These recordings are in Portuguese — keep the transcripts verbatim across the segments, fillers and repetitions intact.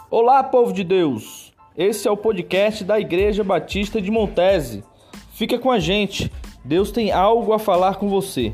Olá, povo de Deus! Esse é o podcast da Igreja Batista de Montese. Fica com a gente, Deus tem algo a falar com você.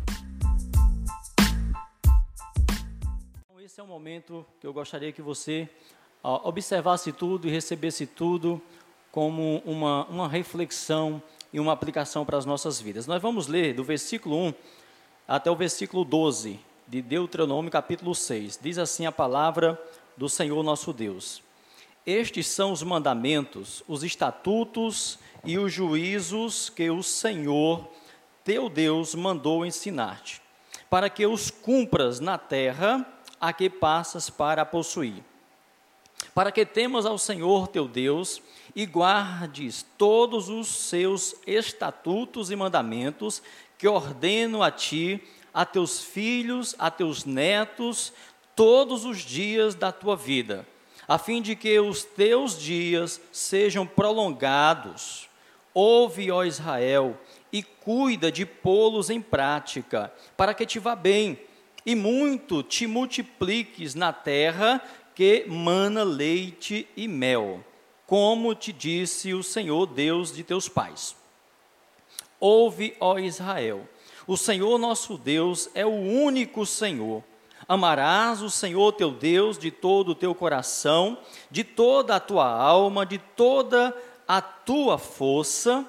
Esse é o momento que eu gostaria que você ó, observasse tudo e recebesse tudo como uma, uma reflexão e uma aplicação para as nossas vidas. Nós vamos ler do versículo um até o versículo doze de Deuteronômio capítulo seis. Diz assim a palavra do Senhor nosso Deus: Estes são os mandamentos, os estatutos e os juízos que o Senhor, teu Deus, mandou ensinar-te, para que os cumpras na terra a que passas para possuir, para que temas ao Senhor teu Deus e guardes todos os seus estatutos e mandamentos que ordeno a ti, a teus filhos, a teus netos, todos os dias da tua vida, a fim de que os teus dias sejam prolongados. Ouve, ó Israel, e cuida de pô-los em prática, para que te vá bem, e muito te multipliques na terra que mana leite e mel, como te disse o Senhor Deus de teus pais. Ouve, ó Israel, o Senhor nosso Deus é o único Senhor. Amarás o Senhor teu Deus de todo o teu coração, de toda a tua alma, de toda a tua força.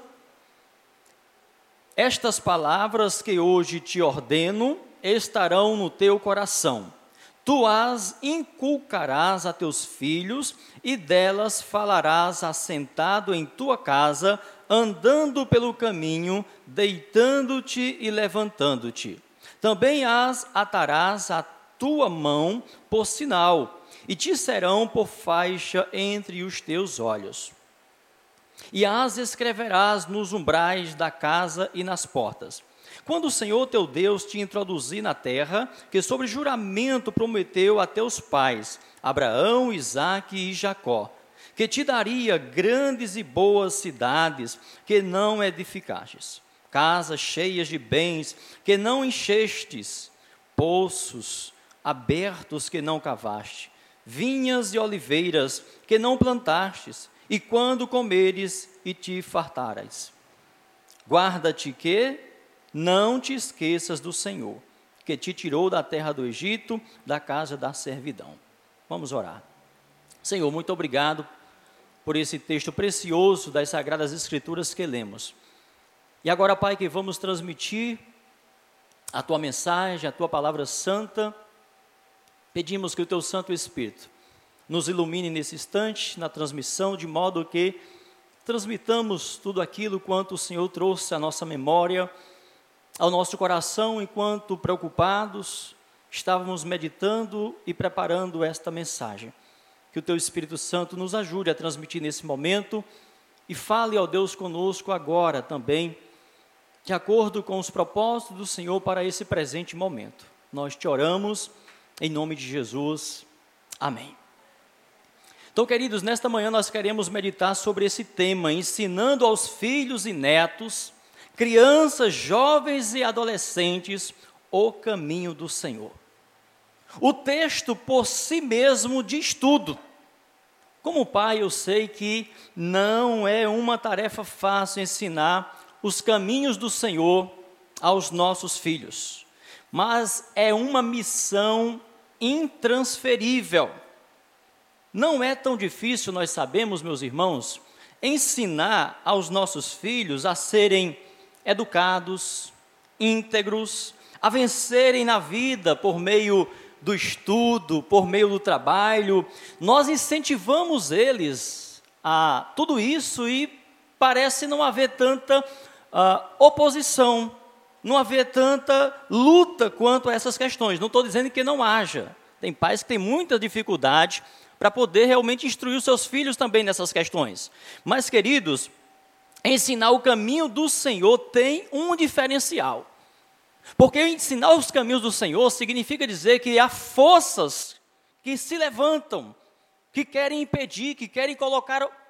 Estas palavras que hoje te ordeno estarão no teu coração. Tu as inculcarás a teus filhos e delas falarás assentado em tua casa, andando pelo caminho, deitando-te e levantando-te. Também as atarás à tua mão por sinal, e te serão por faixa entre os teus olhos. E as escreverás nos umbrais da casa e nas portas. Quando o Senhor teu Deus te introduzir na terra, que sobre juramento prometeu a teus pais, Abraão, Isaque e Jacó, que te daria grandes e boas cidades que não edificastes, casas cheias de bens que não enchestes, poços abertos que não cavaste, vinhas e oliveiras que não plantastes, e quando comeres e te fartares. Guarda-te que não te esqueças do Senhor, que te tirou da terra do Egito, da casa da servidão. Vamos orar. Senhor, muito obrigado por esse texto precioso das Sagradas Escrituras que lemos. E agora, Pai, que vamos transmitir a Tua mensagem, a Tua palavra santa, pedimos que o Teu Santo Espírito nos ilumine nesse instante, na transmissão, de modo que transmitamos tudo aquilo quanto o Senhor trouxe à nossa memória, ao nosso coração, enquanto preocupados, estávamos meditando e preparando esta mensagem. Que o Teu Espírito Santo nos ajude a transmitir nesse momento e fale, ó Deus, conosco agora também, de acordo com os propósitos do Senhor para esse presente momento. Nós te oramos em nome de Jesus. Amém. Então, queridos, nesta manhã nós queremos meditar sobre esse tema, ensinando aos filhos e netos, crianças, jovens e adolescentes, o caminho do Senhor. O texto por si mesmo diz tudo. Como pai, eu sei que não é uma tarefa fácil ensinar os caminhos do Senhor aos nossos filhos, mas é uma missão intransferível. Não é tão difícil, nós sabemos, meus irmãos, ensinar aos nossos filhos a serem educados, íntegros, a vencerem na vida por meio do estudo, por meio do trabalho. Nós incentivamos eles a tudo isso e parece não haver tanta uh, oposição, não haver tanta luta quanto a essas questões. Não estou dizendo que não haja. Tem pais que têm muita dificuldade para poder realmente instruir os seus filhos também nessas questões. Mas, queridos, ensinar o caminho do Senhor tem um diferencial. Porque ensinar os caminhos do Senhor significa dizer que há forças que se levantam, que querem impedir, que querem colocar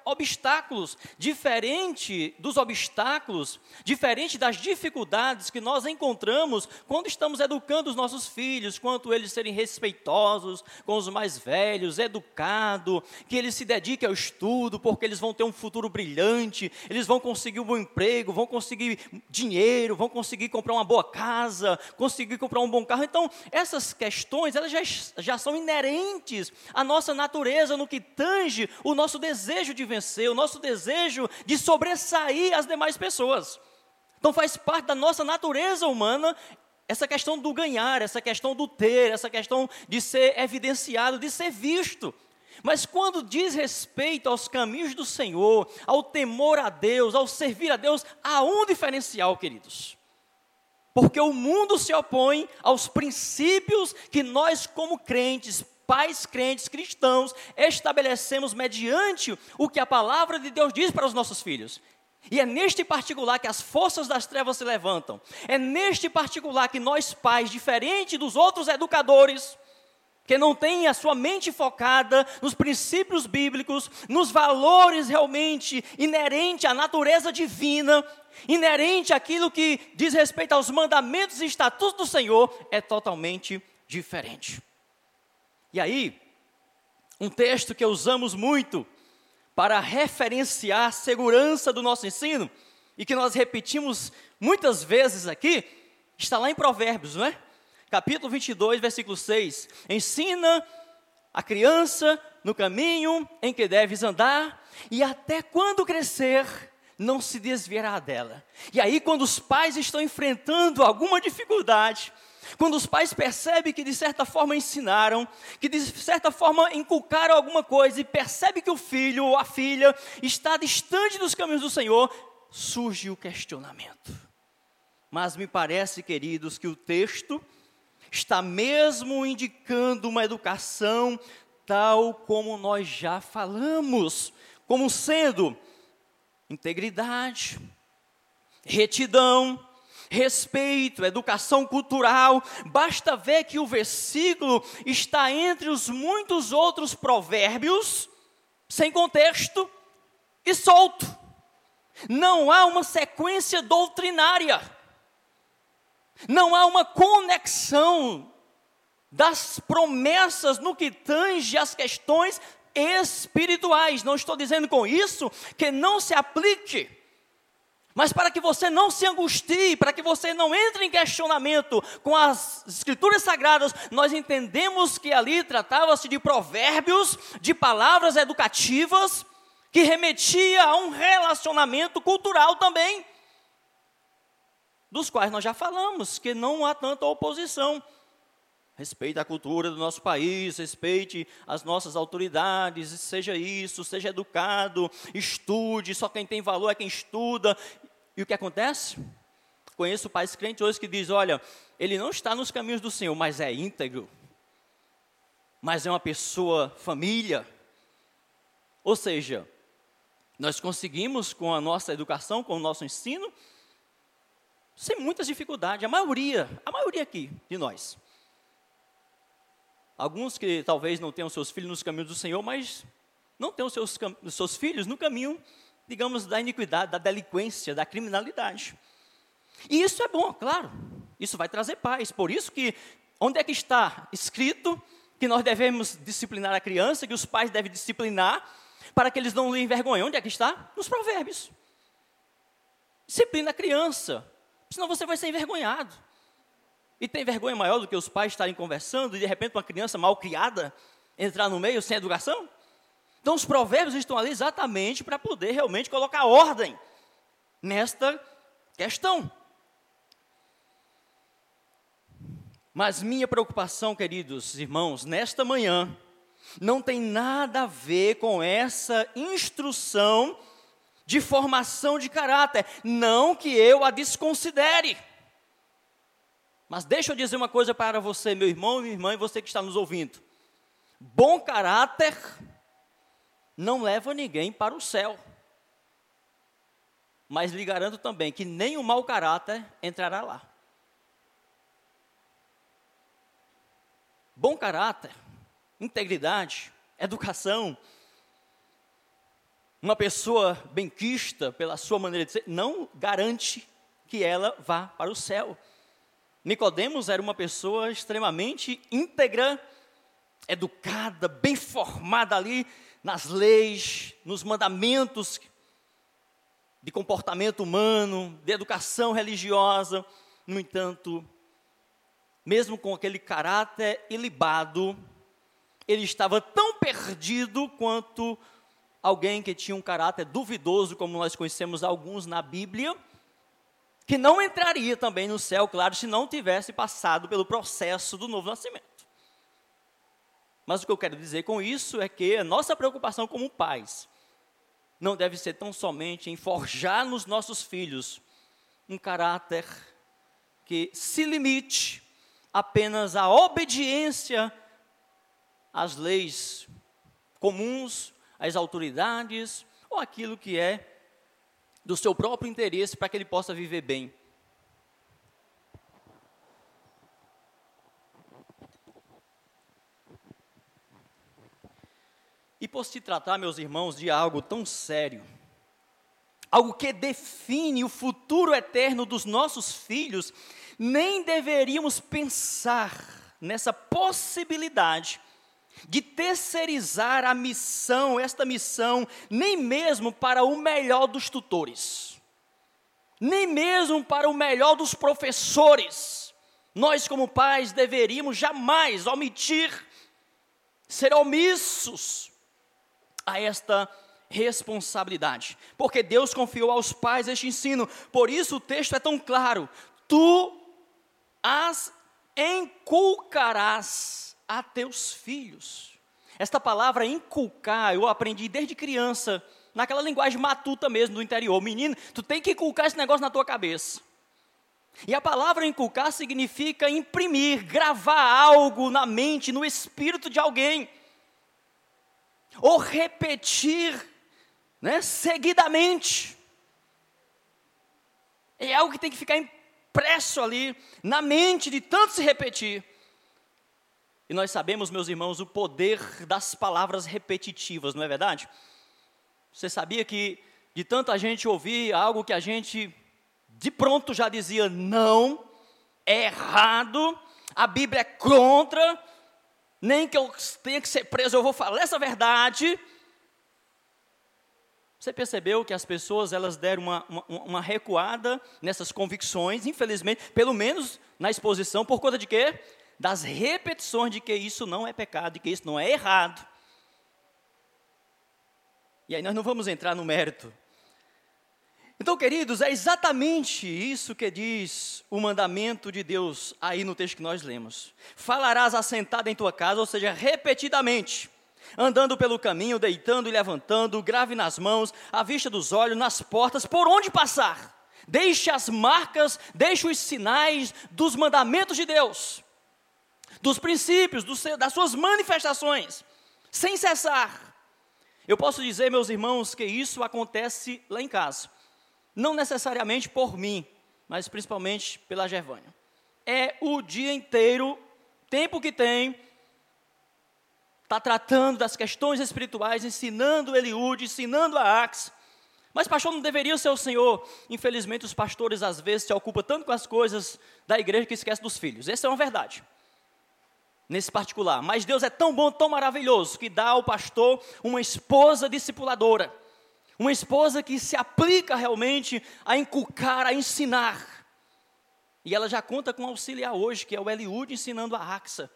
obstáculos, diferente dos obstáculos, diferente das dificuldades que nós encontramos quando estamos educando os nossos filhos, quanto eles serem respeitosos com os mais velhos, educados, que eles se dediquem ao estudo, porque eles vão ter um futuro brilhante, eles vão conseguir um bom emprego, vão conseguir dinheiro, vão conseguir comprar uma boa casa, conseguir comprar um bom carro. Então, essas questões, elas já, já são inerentes à nossa natureza no que tange o nosso desejo de vencer, o nosso desejo de sobressair as demais pessoas. Então faz parte da nossa natureza humana essa questão do ganhar, essa questão do ter, essa questão de ser evidenciado, de ser visto. Mas quando diz respeito aos caminhos do Senhor, ao temor a Deus, ao servir a Deus, há um diferencial, queridos. Porque o mundo se opõe aos princípios que nós, como crentes, pais crentes, cristãos, estabelecemos mediante o que a palavra de Deus diz para os nossos filhos. E é neste particular que as forças das trevas se levantam. É neste particular que nós pais, diferente dos outros educadores, que não têm a sua mente focada nos princípios bíblicos, nos valores realmente inerentes à natureza divina, inerente àquilo que diz respeito aos mandamentos e estatutos do Senhor, é totalmente diferente. E aí, um texto que usamos muito para referenciar a segurança do nosso ensino, e que nós repetimos muitas vezes aqui, está lá em Provérbios, não é? Capítulo vinte e dois, versículo seis. Ensina a criança no caminho em que deves andar, e até quando crescer, não se desviará dela. E aí, quando os pais estão enfrentando alguma dificuldade, quando os pais percebem que de certa forma ensinaram, que de certa forma inculcaram alguma coisa, e percebem que o filho ou a filha está distante dos caminhos do Senhor, surge o questionamento. Mas me parece, queridos, que o texto está mesmo indicando uma educação tal como nós já falamos, como sendo integridade, retidão, respeito, educação cultural. Basta ver que o versículo está entre os muitos outros provérbios, sem contexto e solto. Não há uma sequência doutrinária. Não há uma conexão das promessas no que tange as questões espirituais. Não estou dizendo com isso que não se aplique, mas para que você não se angustie, para que você não entre em questionamento com as Escrituras Sagradas, nós entendemos que ali tratava-se de provérbios, de palavras educativas, que remetia a um relacionamento cultural também, dos quais nós já falamos, que não há tanta oposição. Respeite a cultura do nosso país, respeite as nossas autoridades, seja isso, seja educado, estude, só quem tem valor é quem estuda. E o que acontece? Conheço pais crentes hoje que dizem, olha, ele não está nos caminhos do Senhor, mas é íntegro, mas é uma pessoa família. Ou seja, nós conseguimos com a nossa educação, com o nosso ensino, sem muitas dificuldades, a maioria, a maioria aqui de nós. Alguns que talvez não tenham seus filhos nos caminhos do Senhor, mas não tenham seus, seus filhos no caminho, digamos, da iniquidade, da delinquência, da criminalidade. E isso é bom, claro, isso vai trazer paz. Por isso que, onde é que está escrito que nós devemos disciplinar a criança, que os pais devem disciplinar, para que eles não lhe envergonhem? Onde é que está? Nos provérbios. Disciplina a criança, senão você vai ser envergonhado. E tem vergonha maior do que os pais estarem conversando e de repente uma criança mal criada entrar no meio sem educação? Então os provérbios estão ali exatamente para poder realmente colocar ordem nesta questão. Mas minha preocupação, queridos irmãos, nesta manhã, não tem nada a ver com essa instrução de formação de caráter. Não que eu a desconsidere. Mas deixa eu dizer uma coisa para você, meu irmão e minha irmã, e você que está nos ouvindo. Bom caráter não leva ninguém para o céu. Mas lhe garanto também que nem o mau caráter entrará lá. Bom caráter, integridade, educação, uma pessoa benquista pela sua maneira de ser, não garante que ela vá para o céu. Nicodemos era uma pessoa extremamente íntegra, educada, bem formada ali nas leis, nos mandamentos de comportamento humano, de educação religiosa. No entanto, mesmo com aquele caráter ilibado, ele estava tão perdido quanto alguém que tinha um caráter duvidoso, como nós conhecemos alguns na Bíblia, que não entraria também no céu, claro, se não tivesse passado pelo processo do novo nascimento. Mas o que eu quero dizer com isso é que a nossa preocupação como pais não deve ser tão somente em forjar nos nossos filhos um caráter que se limite apenas à obediência às leis comuns, às autoridades, ou aquilo que é do seu próprio interesse para que ele possa viver bem. E por se tratar, meus irmãos, de algo tão sério, algo que define o futuro eterno dos nossos filhos, nem deveríamos pensar nessa possibilidade de terceirizar a missão, esta missão, nem mesmo para o melhor dos tutores, nem mesmo para o melhor dos professores. Nós, como pais, deveríamos jamais omitir, ser omissos a esta responsabilidade, porque Deus confiou aos pais este ensino. Por isso o texto é tão claro: tu as inculcarás a teus filhos. Esta palavra inculcar, eu aprendi desde criança, naquela linguagem matuta mesmo do interior. Menino, tu tem que inculcar esse negócio na tua cabeça. E a palavra inculcar significa imprimir, gravar algo na mente, no espírito de alguém, ou repetir, né, seguidamente. É algo que tem que ficar impresso ali na mente de tanto se repetir. E nós sabemos, meus irmãos, o poder das palavras repetitivas, não é verdade? Você sabia que de tanto a gente ouvir algo que a gente de pronto já dizia não, é errado, a Bíblia é contra, nem que eu tenha que ser preso, eu vou falar essa verdade. Você percebeu que as pessoas, elas deram uma, uma, uma recuada nessas convicções, infelizmente, pelo menos na exposição, por conta de quê? Das repetições de que isso não é pecado, de que isso não é errado. E aí nós não vamos entrar no mérito. Então, queridos, é exatamente isso que diz o mandamento de Deus aí no texto que nós lemos. Falarás assentado em tua casa, ou seja, repetidamente, andando pelo caminho, deitando e levantando, grave nas mãos, à vista dos olhos, nas portas, por onde passar. Deixe as marcas, deixe os sinais dos mandamentos de Deus, dos princípios, do seu, das suas manifestações, sem cessar. Eu posso dizer, meus irmãos, que isso acontece lá em casa. Não necessariamente por mim, mas principalmente pela Gervânia. É o dia inteiro, tempo que tem, está tratando das questões espirituais, ensinando Eliúde, ensinando a Ax. Mas pastor, não deveria ser o Senhor? Infelizmente os pastores às vezes se ocupam tanto com as coisas da igreja que esquecem dos filhos. Essa é uma verdade, nesse particular. Mas Deus é tão bom, tão maravilhoso, que dá ao pastor uma esposa discipuladora. Uma esposa que se aplica realmente a inculcar, a ensinar. E ela já conta com um auxiliar hoje, que é o Eliúde ensinando a Axa.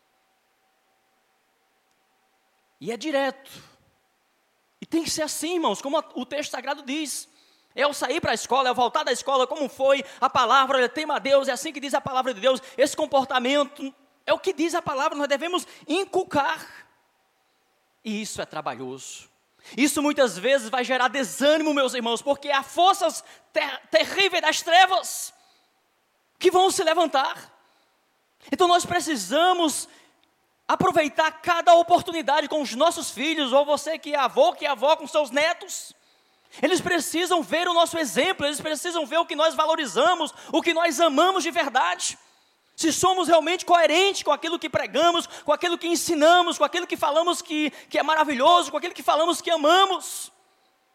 E é direto. E tem que ser assim, irmãos, como o texto sagrado diz. É ao sair para a escola, é ao voltar da escola, como foi a palavra, olha, tema a Deus, é assim que diz a palavra de Deus. Esse comportamento é o que diz a palavra, nós devemos inculcar. E isso é trabalhoso. Isso muitas vezes vai gerar desânimo, meus irmãos, porque há forças ter- terríveis das trevas que vão se levantar. Então nós precisamos aproveitar cada oportunidade com os nossos filhos, ou você que é avô, que é avó com seus netos. Eles precisam ver o nosso exemplo, eles precisam ver o que nós valorizamos, o que nós amamos de verdade. Se somos realmente coerentes com aquilo que pregamos, com aquilo que ensinamos, com aquilo que falamos que, que é maravilhoso, com aquilo que falamos que amamos.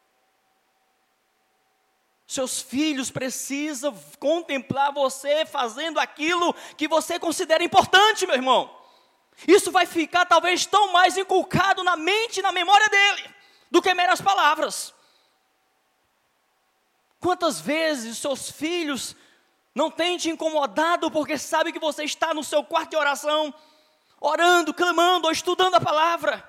Seus filhos precisam contemplar você fazendo aquilo que você considera importante, meu irmão. Isso vai ficar talvez tão mais inculcado na mente e na memória dele, do que meras palavras. Quantas vezes seus filhos não têm te incomodado porque sabem que você está no seu quarto de oração, orando, clamando, ou estudando a palavra,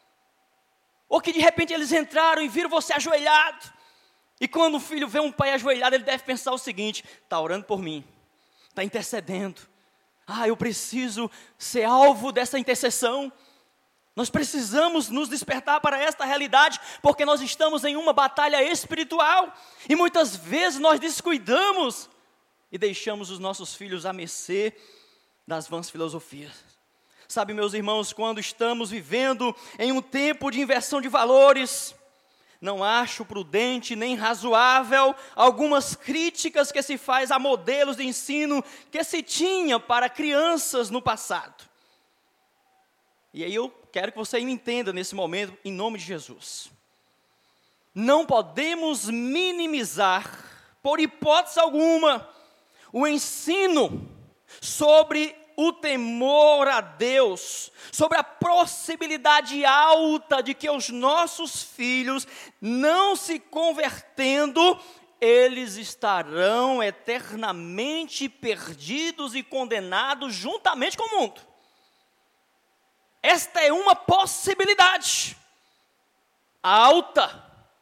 ou que de repente eles entraram e viram você ajoelhado, e quando o filho vê um pai ajoelhado, ele deve pensar o seguinte: está orando por mim, está intercedendo, ah, eu preciso ser alvo dessa intercessão. Nós precisamos nos despertar para esta realidade, porque nós estamos em uma batalha espiritual, e muitas vezes nós descuidamos, e deixamos os nossos filhos à mercê das vãs filosofias. Sabe, meus irmãos, quando estamos vivendo em um tempo de inversão de valores, não acho prudente nem razoável algumas críticas que se faz a modelos de ensino que se tinha para crianças no passado. E aí eu quero que você me entenda nesse momento, em nome de Jesus. Não podemos minimizar, por hipótese alguma, o ensino sobre o temor a Deus, sobre a possibilidade alta de que os nossos filhos, não se convertendo, eles estarão eternamente perdidos e condenados juntamente com o mundo. Esta é uma possibilidade alta,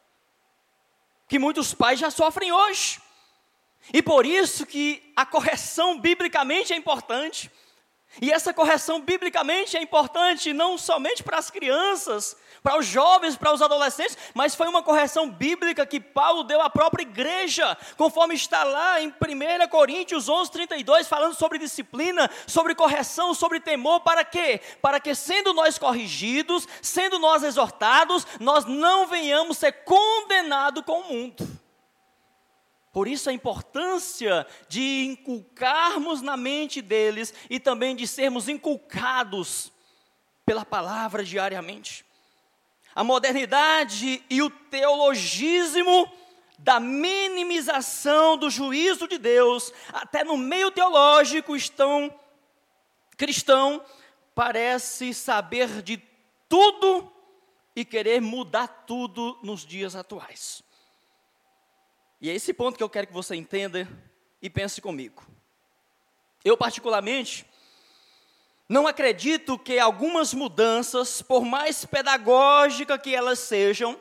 que muitos pais já sofrem hoje. E por isso que a correção biblicamente é importante. E essa correção biblicamente é importante não somente para as crianças, para os jovens, para os adolescentes, mas foi uma correção bíblica que Paulo deu à própria igreja, conforme está lá em primeira Coríntios onze, trinta e dois, falando sobre disciplina, sobre correção, sobre temor. Para quê? Para que, sendo nós corrigidos, sendo nós exortados, nós não venhamos ser condenados com o mundo. Por isso a importância de inculcarmos na mente deles e também de sermos inculcados pela palavra diariamente. A modernidade e o teologismo da minimização do juízo de Deus, até no meio teológico estão, cristão, parece saber de tudo e querer mudar tudo nos dias atuais. E é esse ponto que eu quero que você entenda e pense comigo. Eu, particularmente, não acredito que algumas mudanças, por mais pedagógicas que elas sejam,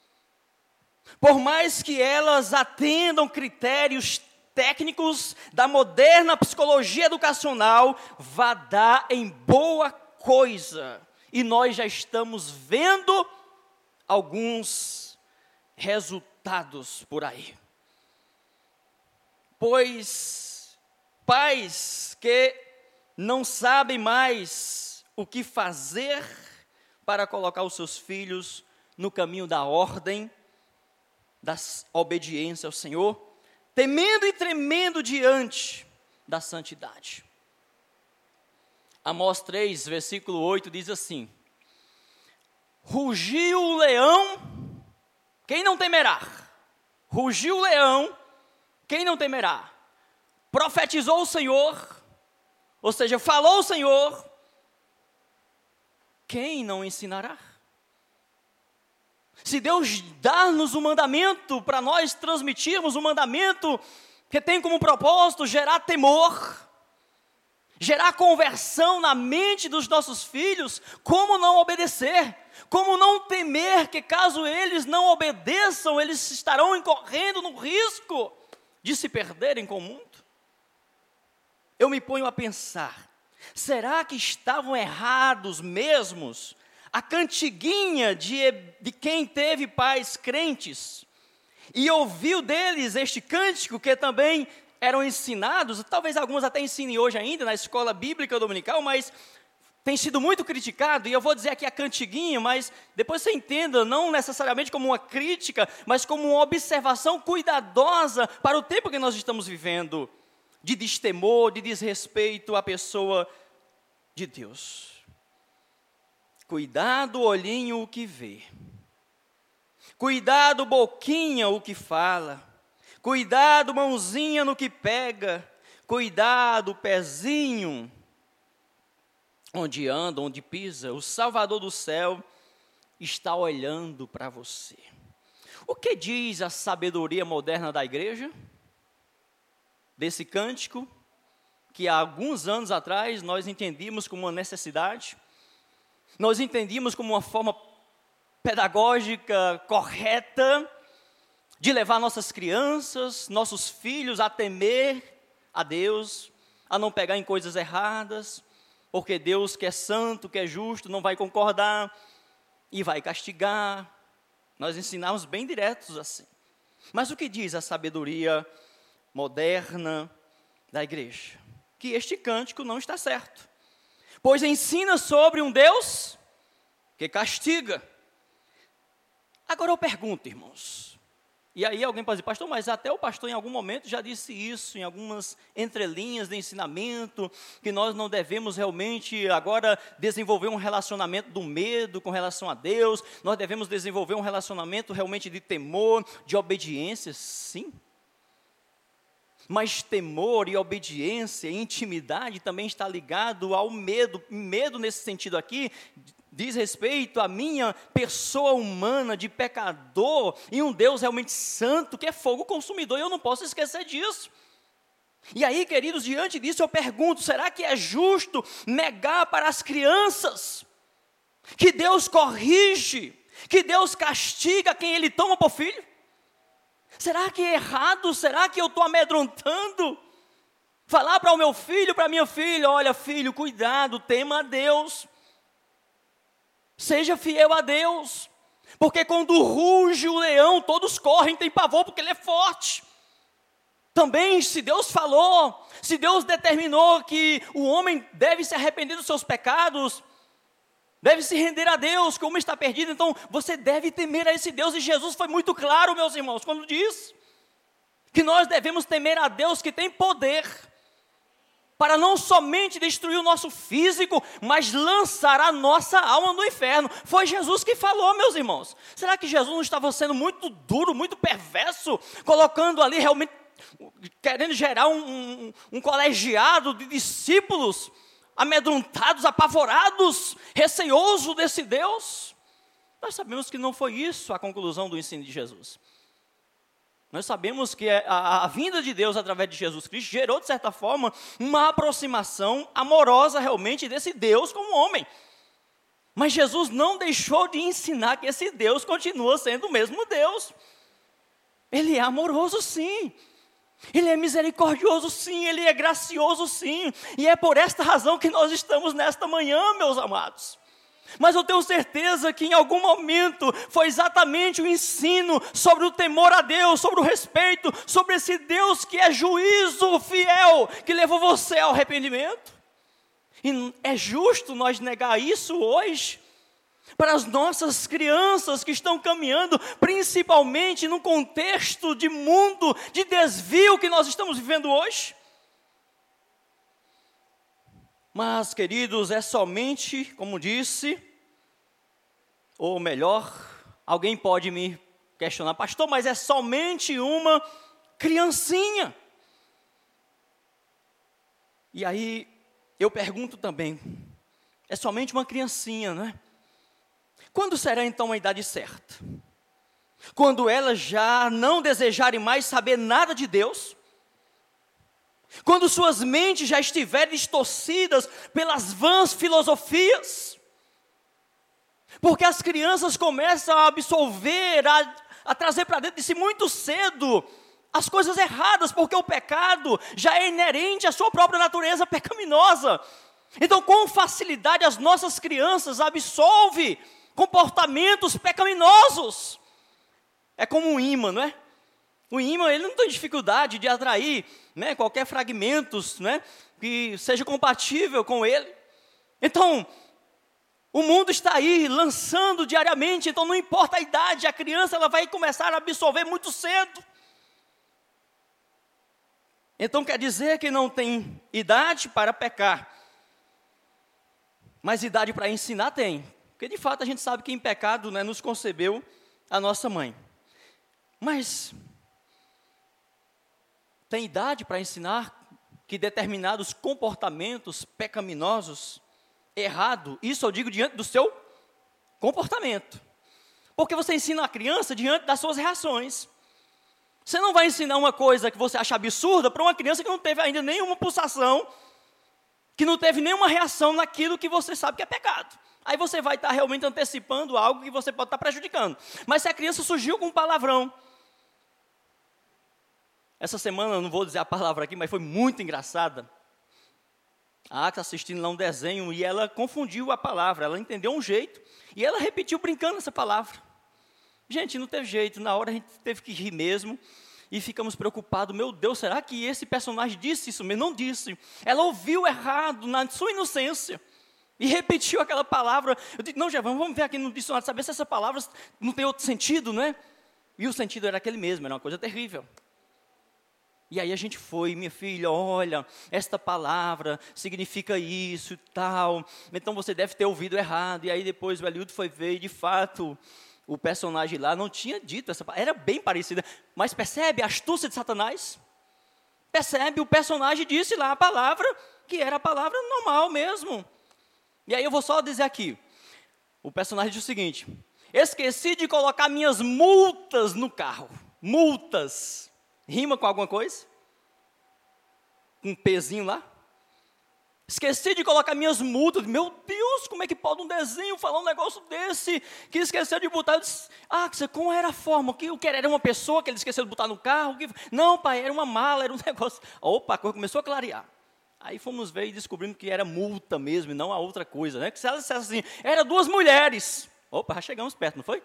por mais que elas atendam critérios técnicos da moderna psicologia educacional, vá dar em boa coisa. E nós já estamos vendo alguns resultados por aí. Pois pais que não sabem mais o que fazer para colocar os seus filhos no caminho da ordem, da obediência ao Senhor, temendo e tremendo diante da santidade. Amós três, versículo oito, diz assim: rugiu o leão, quem não temerá? Rugiu o leão, quem não temerá? Profetizou o Senhor, ou seja, falou o Senhor, quem não ensinará? Se Deus dá-nos um mandamento para nós transmitirmos um mandamento que tem como propósito gerar temor, gerar conversão na mente dos nossos filhos, como não obedecer? Como não temer que caso eles não obedeçam, eles estarão incorrendo no risco de se perderem com o mundo? Eu me ponho a pensar, será que estavam errados mesmos a cantiguinha de, de quem teve pais crentes e ouviu deles este cântico que também eram ensinados, talvez alguns até ensinem hoje ainda na escola bíblica dominical, mas tem sido muito criticado, e eu vou dizer aqui a cantiguinha, mas depois você entenda, não necessariamente como uma crítica, mas como uma observação cuidadosa para o tempo que nós estamos vivendo, de destemor, de desrespeito à pessoa de Deus. Cuidado, olhinho, o que vê. Cuidado, boquinha, o que fala. Cuidado, mãozinha no que pega. Cuidado, pezinho, onde anda, onde pisa. O Salvador do céu está olhando para você. O que diz a sabedoria moderna da igreja? Desse cântico, que há alguns anos atrás nós entendíamos como uma necessidade, nós entendíamos como uma forma pedagógica correta de levar nossas crianças, nossos filhos a temer a Deus, a não pegar em coisas erradas, porque Deus que é santo, que é justo, não vai concordar e vai castigar. Nós ensinamos bem diretos assim. Mas o que diz a sabedoria moderna da igreja? Que este cântico não está certo, pois ensina sobre um Deus que castiga. Agora eu pergunto, irmãos, e aí alguém pode dizer, pastor, mas até o pastor em algum momento já disse isso, em algumas entrelinhas de ensinamento, que nós não devemos realmente agora desenvolver um relacionamento do medo com relação a Deus, nós devemos desenvolver um relacionamento realmente de temor, de obediência. Sim. Mas temor e obediência e intimidade também está ligado ao medo. Medo nesse sentido aqui diz respeito à minha pessoa humana de pecador e um Deus realmente santo que é fogo consumidor, e eu não posso esquecer disso. E aí, queridos, diante disso eu pergunto, será que é justo negar para as crianças que Deus corrige, que Deus castiga quem Ele toma por filho? Será que é errado? Será que eu estou amedrontando? Falar para o meu filho, para a minha filha, olha filho, cuidado, tema a Deus. Seja fiel a Deus. Porque quando ruge o leão, todos correm, tem pavor porque ele é forte. Também, se Deus falou, se Deus determinou que o homem deve se arrepender dos seus pecados, deve se render a Deus, que o homem está perdido, então você deve temer a esse Deus. E Jesus foi muito claro, meus irmãos, quando diz que nós devemos temer a Deus que tem poder para não somente destruir o nosso físico, mas lançar a nossa alma no inferno. Foi Jesus que falou, meus irmãos. Será que Jesus não estava sendo muito duro, muito perverso, colocando ali realmente, querendo gerar um, um, um colegiado de discípulos amedrontados, apavorados, receosos desse Deus? Nós sabemos que não foi isso a conclusão do ensino de Jesus. Nós sabemos que a, a vinda de Deus através de Jesus Cristo gerou, de certa forma, uma aproximação amorosa realmente desse Deus como homem. Mas Jesus não deixou de ensinar que esse Deus continua sendo o mesmo Deus. Ele é amoroso, sim. Ele é misericordioso, sim. Ele é gracioso, sim. E é por esta razão que nós estamos nesta manhã, meus amados. Mas eu tenho certeza que em algum momento foi exatamente o ensino sobre o temor a Deus, sobre o respeito, sobre esse Deus que é juízo fiel, que levou você ao arrependimento. E é justo nós negar isso hoje para as nossas crianças que estão caminhando, principalmente no contexto de mundo, de desvio que nós estamos vivendo hoje. Mas, queridos, é somente, como disse, ou melhor, alguém pode me questionar, pastor, mas é somente uma criancinha. E aí, eu pergunto também, é somente uma criancinha, né? Quando será então a idade certa? Quando elas já não desejarem mais saber nada de Deus? Quando suas mentes já estiverem distorcidas pelas vãs filosofias? Porque as crianças começam a absorver, a, a trazer para dentro de si muito cedo as coisas erradas, porque o pecado já é inerente à sua própria natureza pecaminosa. Então, com facilidade, as nossas crianças absorvem comportamentos pecaminosos. É como um imã, não é? O imã, ele não tem dificuldade de atrair, né, qualquer fragmento, né, que seja compatível com ele. Então, o mundo está aí lançando diariamente, então não importa a idade, a criança ela vai começar a absorver muito cedo. Então quer dizer que não tem idade para pecar, mas idade para ensinar tem. Porque de fato a gente sabe que em pecado, né, nos concebeu a nossa mãe. Mas tem idade para ensinar que determinados comportamentos pecaminosos, errado, isso eu digo diante do seu comportamento. Porque você ensina a criança diante das suas reações. Você não vai ensinar uma coisa que você acha absurda para uma criança que não teve ainda nenhuma pulsação, que não teve nenhuma reação naquilo que você sabe que é pecado. Aí você vai estar realmente antecipando algo que você pode estar prejudicando. Mas se a criança surgiu com um palavrão, essa semana, eu não vou dizer a palavra aqui, mas foi muito engraçada. A Axa assistindo lá um desenho e ela confundiu a palavra, ela entendeu um jeito e ela repetiu brincando essa palavra. Gente, não teve jeito, na hora a gente teve que rir mesmo e ficamos preocupados. Meu Deus, será que esse personagem disse isso mesmo? Não disse. Ela ouviu errado na sua inocência e repetiu aquela palavra. Eu disse, não, já vamos ver aqui no dicionário, saber se essa palavra não tem outro sentido, não é? E o sentido era aquele mesmo, era uma coisa terrível. E aí a gente foi, minha filha, olha, esta palavra significa isso e tal, então você deve ter ouvido errado. E aí depois o Eliud foi ver e de fato o personagem lá não tinha dito essa palavra, era bem parecida. Mas percebe a astúcia de Satanás? Percebe, o personagem disse lá a palavra que era a palavra normal mesmo. E aí eu vou só dizer aqui, o personagem diz o seguinte: esqueci de colocar minhas multas no carro. Multas. Rima com alguma coisa? Com um pezinho lá? Esqueci de colocar minhas multas. Meu Deus, como é que pode um desenho falar um negócio desse? Que esqueceu de botar. Eu disse, ah, como era a forma? O que, o que era? Era uma pessoa que ele esqueceu de botar no carro? Que, não, pai, era uma mala, era um negócio. Opa, a coisa começou a clarear. Aí fomos ver e descobrimos que era multa mesmo, e não a outra coisa, né? Que se ela dissesse assim, era duas mulheres. Opa, já chegamos perto, não foi?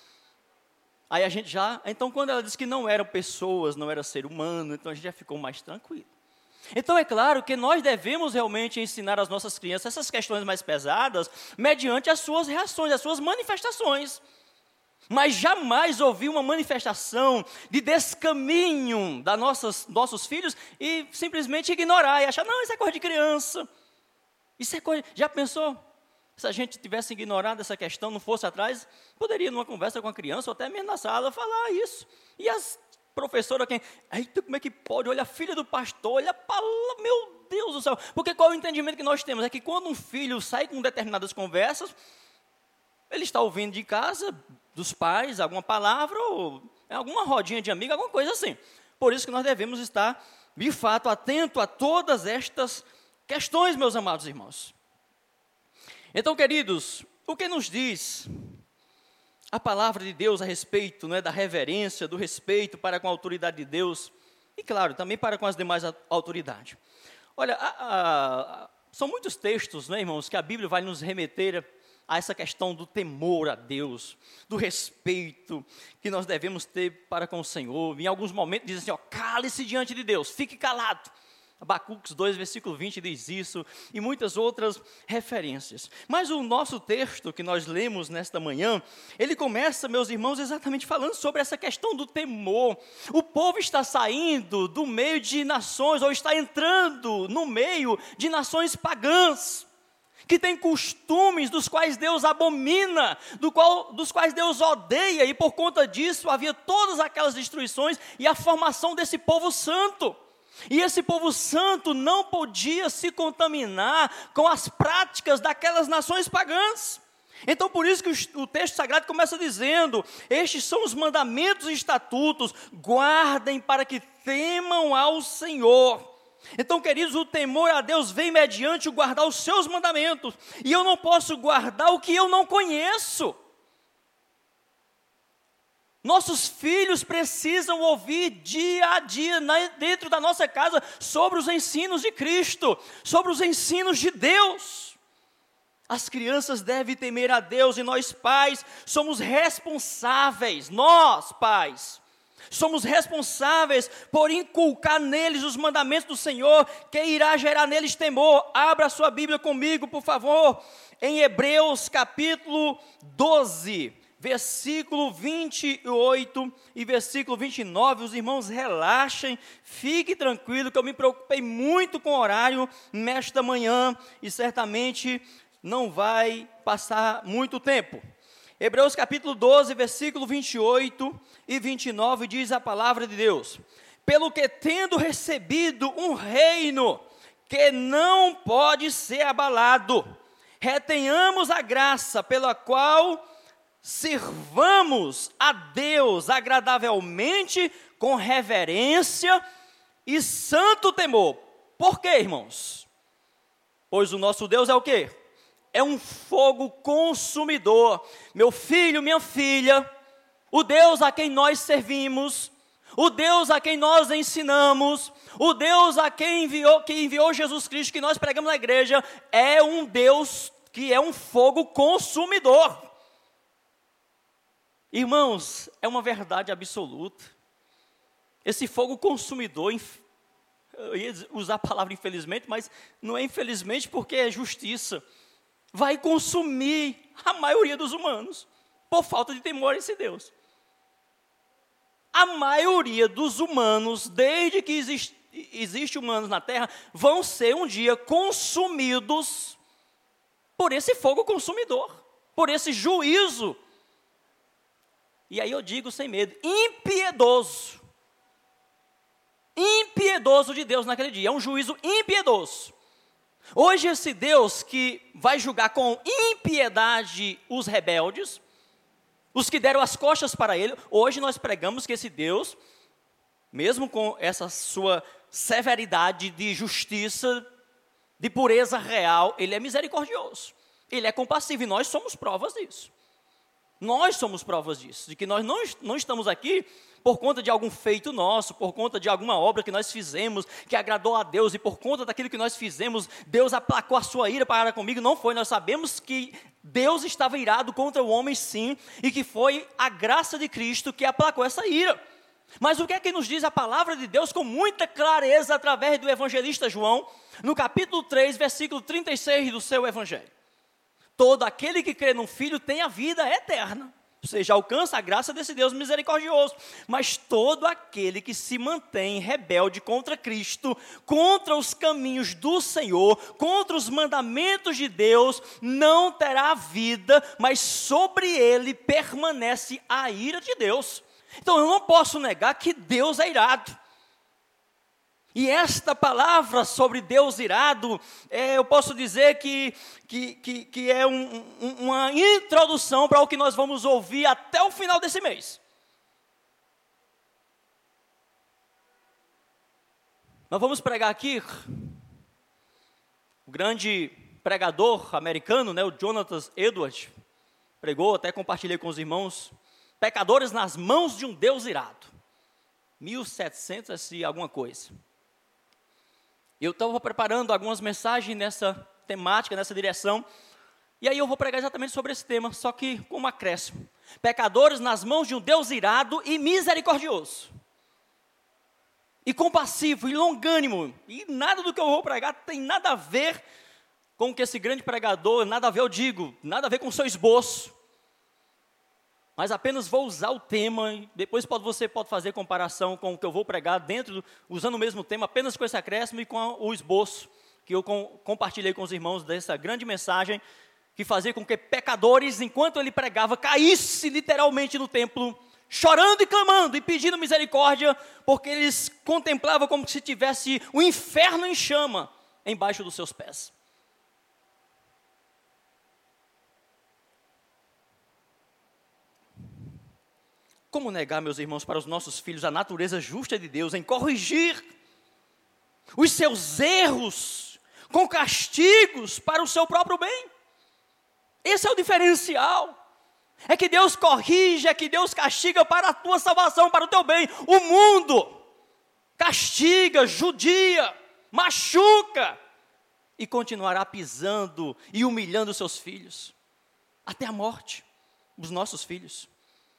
Aí a gente já, então quando ela disse que não eram pessoas, não era ser humano, então a gente já ficou mais tranquilo. Então é claro que nós devemos realmente ensinar às nossas crianças essas questões mais pesadas, mediante as suas reações, as suas manifestações. Mas jamais ouvir uma manifestação de descaminho da nossas, nossos filhos e simplesmente ignorar e achar, não, isso é coisa de criança. Isso é coisa, já pensou? Se a gente tivesse ignorado essa questão, não fosse atrás, poderia, numa conversa com a criança, ou até mesmo na sala, falar isso. E as professoras, quem, eita, como é que pode? Olha a filha do pastor, olha a palavra, meu Deus do céu. Porque qual é o entendimento que nós temos? É que quando um filho sai com determinadas conversas, ele está ouvindo de casa, dos pais, alguma palavra, ou alguma rodinha de amigo, alguma coisa assim. Por isso que nós devemos estar, de fato, atento a todas estas questões, meus amados irmãos. Então, queridos, o que nos diz a palavra de Deus a respeito, né, da reverência, do respeito para com a autoridade de Deus e, claro, também para com as demais autoridades? Olha, a, a, a, são muitos textos, né, irmãos, que a Bíblia vai nos remeter a, a essa questão do temor a Deus, do respeito que nós devemos ter para com o Senhor. Em alguns momentos diz assim, ó, cale-se diante de Deus, fique calado. Abacuques dois, versículo vinte diz isso, e muitas outras referências. Mas o nosso texto que nós lemos nesta manhã, ele começa, meus irmãos, exatamente falando sobre essa questão do temor. O povo está saindo do meio de nações, ou está entrando no meio de nações pagãs, que têm costumes dos quais Deus abomina, do qual, dos quais Deus odeia, e por conta disso havia todas aquelas destruições e a formação desse povo santo. E esse povo santo não podia se contaminar com as práticas daquelas nações pagãs. Então, por isso que o texto sagrado começa dizendo, estes são os mandamentos e estatutos, guardem para que temam ao Senhor. Então, queridos, o temor a Deus vem mediante o guardar os seus mandamentos. E eu não posso guardar o que eu não conheço. Nossos filhos precisam ouvir dia a dia, dentro da nossa casa, sobre os ensinos de Cristo, sobre os ensinos de Deus. As crianças devem temer a Deus e nós pais somos responsáveis, nós pais, somos responsáveis por inculcar neles os mandamentos do Senhor, que irá gerar neles temor. Abra a sua Bíblia comigo, por favor, em Hebreus capítulo doze. Versículo vinte e oito e versículo vinte e nove, os irmãos relaxem, fiquem tranquilos, que eu me preocupei muito com o horário nesta manhã, e certamente não vai passar muito tempo. Hebreus capítulo doze, versículo vinte e oito e vinte e nove, diz a palavra de Deus: pelo que tendo recebido um reino que não pode ser abalado, retenhamos a graça pela qual sirvamos a Deus agradavelmente, com reverência e santo temor. Por quê, irmãos? Pois o nosso Deus é o quê? É um fogo consumidor. Meu filho, minha filha, o Deus a quem nós servimos, o Deus a quem nós ensinamos, o Deus a quem enviou, que enviou Jesus Cristo, que nós pregamos na igreja, é um Deus que é um fogo consumidor. Irmãos, é uma verdade absoluta. Esse fogo consumidor, eu ia usar a palavra infelizmente, mas não é infelizmente porque é justiça, vai consumir a maioria dos humanos, por falta de temor a esse Deus. A maioria dos humanos, desde que existe, existe humanos na Terra, vão ser um dia consumidos por esse fogo consumidor, por esse juízo. E aí eu digo sem medo, impiedoso. Impiedoso de Deus naquele dia, é um juízo impiedoso. Hoje esse Deus que vai julgar com impiedade os rebeldes, os que deram as costas para ele, hoje nós pregamos que esse Deus, mesmo com essa sua severidade de justiça, de pureza real, ele é misericordioso, ele é compassivo e nós somos provas disso. Nós somos provas disso, de que nós não, não estamos aqui por conta de algum feito nosso, por conta de alguma obra que nós fizemos, que agradou a Deus, e por conta daquilo que nós fizemos, Deus aplacou a sua ira para comigo. Não foi, nós sabemos que Deus estava irado contra o homem sim, e que foi a graça de Cristo que aplacou essa ira. Mas o que é que nos diz a palavra de Deus com muita clareza através do evangelista João, no capítulo três, versículo trinta e seis do seu evangelho? Todo aquele que crê no Filho tem a vida eterna, ou seja, alcança a graça desse Deus misericordioso. Mas todo aquele que se mantém rebelde contra Cristo, contra os caminhos do Senhor, contra os mandamentos de Deus, não terá vida, mas sobre ele permanece a ira de Deus. Então eu não posso negar que Deus é irado. E esta palavra sobre Deus irado, é, eu posso dizer que, que, que, que é um, um, uma introdução para o que nós vamos ouvir até o final desse mês. Nós vamos pregar aqui, o grande pregador americano, né, o Jonathan Edwards, pregou, até compartilhei com os irmãos, pecadores nas mãos de um Deus irado, mil e setecentos e alguma coisa. Eu estava preparando algumas mensagens nessa temática, nessa direção, e aí eu vou pregar exatamente sobre esse tema, só que com um acréscimo. Pecadores nas mãos de um Deus irado e misericordioso, e compassivo, e longânimo, e nada do que eu vou pregar tem nada a ver com o que esse grande pregador, nada a ver, eu digo, nada a ver com o seu esboço, mas apenas vou usar o tema, e depois pode, você pode fazer comparação com o que eu vou pregar, dentro, usando o mesmo tema, apenas com esse acréscimo e com a, o esboço, que eu com, compartilhei com os irmãos dessa grande mensagem, que fazia com que pecadores, enquanto ele pregava, caíssem literalmente no templo, chorando e clamando, e pedindo misericórdia, porque eles contemplavam como se tivesse o inferno em chama, embaixo dos seus pés. Como negar, meus irmãos, para os nossos filhos a natureza justa de Deus em corrigir os seus erros com castigos para o seu próprio bem? Esse é o diferencial. É que Deus corrige, é que Deus castiga para a tua salvação, para o teu bem. O mundo castiga, judia, machuca e continuará pisando e humilhando os seus filhos até a morte, os nossos filhos.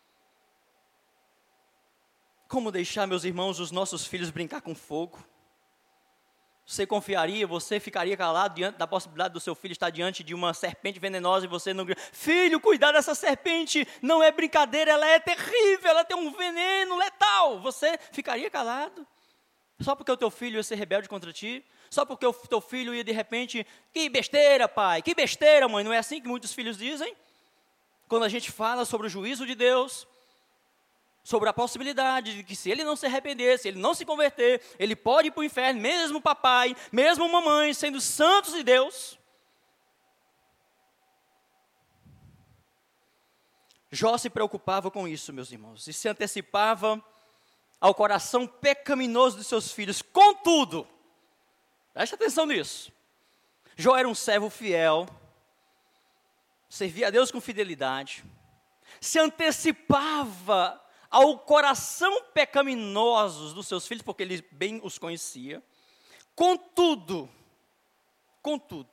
Como deixar, meus irmãos, os nossos filhos brincar com fogo? Você confiaria, você ficaria calado diante da possibilidade do seu filho estar diante de uma serpente venenosa e você não... Filho, cuidado dessa serpente, não é brincadeira, ela é terrível, ela tem um veneno letal. Você ficaria calado? Só porque o teu filho ia ser rebelde contra ti? Só porque o teu filho ia de repente... Que besteira, pai, que besteira, mãe. Não é assim que muitos filhos dizem? Quando a gente fala sobre o juízo de Deus... sobre a possibilidade de que se ele não se arrepender, se ele não se converter, ele pode ir para o inferno, mesmo papai, mesmo mamãe, sendo santos de Deus. Jó se preocupava com isso, meus irmãos, e se antecipava ao coração pecaminoso de seus filhos. Contudo, preste atenção nisso, Jó era um servo fiel, servia a Deus com fidelidade, se antecipava ao coração pecaminoso dos seus filhos, porque ele bem os conhecia. Contudo, contudo,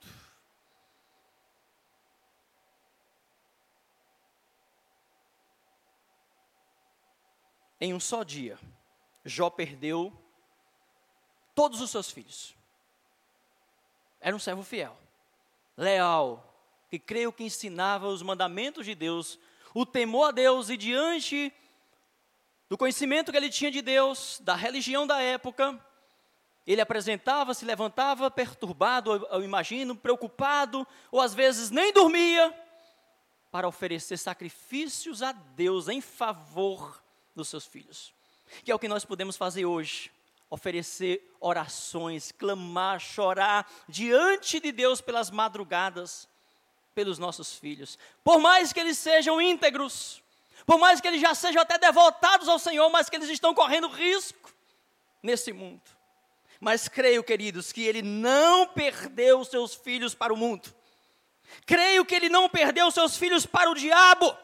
em um só dia, Jó perdeu todos os seus filhos. Era um servo fiel, leal, que creio que ensinava os mandamentos de Deus, o temor a Deus, e diante do conhecimento que ele tinha de Deus, da religião da época, ele apresentava, se levantava perturbado, eu, eu imagino, preocupado, ou às vezes nem dormia, para oferecer sacrifícios a Deus em favor dos seus filhos. Que é o que nós podemos fazer hoje, oferecer orações, clamar, chorar diante de Deus pelas madrugadas, pelos nossos filhos. Por mais que eles sejam íntegros, por mais que eles já sejam até devotados ao Senhor, mas que eles estão correndo risco nesse mundo. Mas creio, queridos, que ele não perdeu os seus filhos para o mundo. Creio que ele não perdeu os seus filhos para o diabo,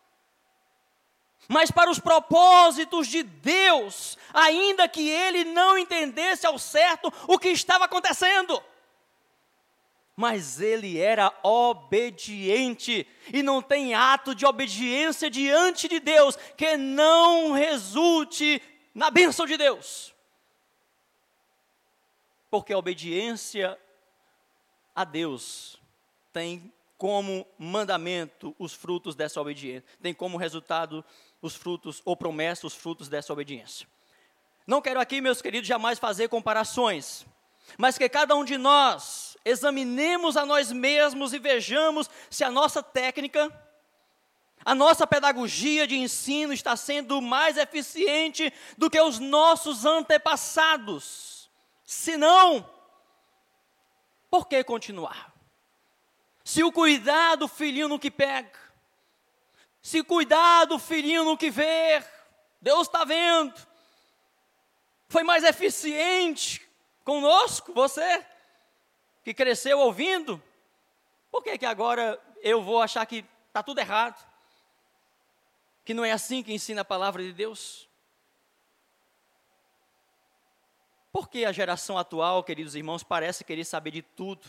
mas para os propósitos de Deus, ainda que ele não entendesse ao certo o que estava acontecendo. Mas ele era obediente, e não tem ato de obediência diante de Deus que não resulte na bênção de Deus. Porque a obediência a Deus tem como mandamento os frutos dessa obediência, tem como resultado os frutos, ou promessa, os frutos dessa obediência. Não quero aqui, meus queridos, jamais fazer comparações, mas que cada um de nós examinemos a nós mesmos e vejamos se a nossa técnica, a nossa pedagogia de ensino está sendo mais eficiente do que os nossos antepassados. Se não, por que continuar? Se o cuidar do filhinho no que pega, se cuidar do filhinho no que vê, Deus está vendo, foi mais eficiente conosco, você que cresceu ouvindo, por que que agora eu vou achar que está tudo errado? Que não é assim que ensina a palavra de Deus? Por que a geração atual, queridos irmãos, parece querer saber de tudo?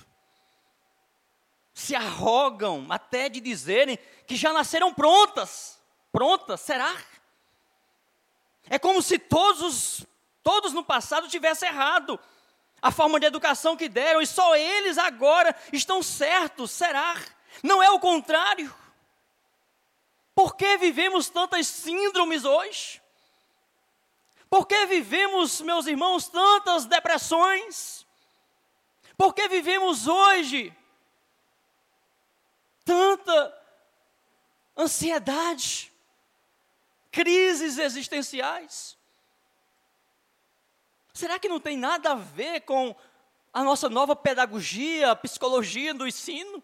Se arrogam até de dizerem que já nasceram prontas. Prontas, será? É como se todos, os, todos no passado tivessem errado a forma de educação que deram, e só eles agora estão certos, será? Não é o contrário? Por que vivemos tantas síndromes hoje? Por que vivemos, meus irmãos, tantas depressões? Por que vivemos hoje tanta ansiedade, crises existenciais? Será que não tem nada a ver com a nossa nova pedagogia, a psicologia do ensino?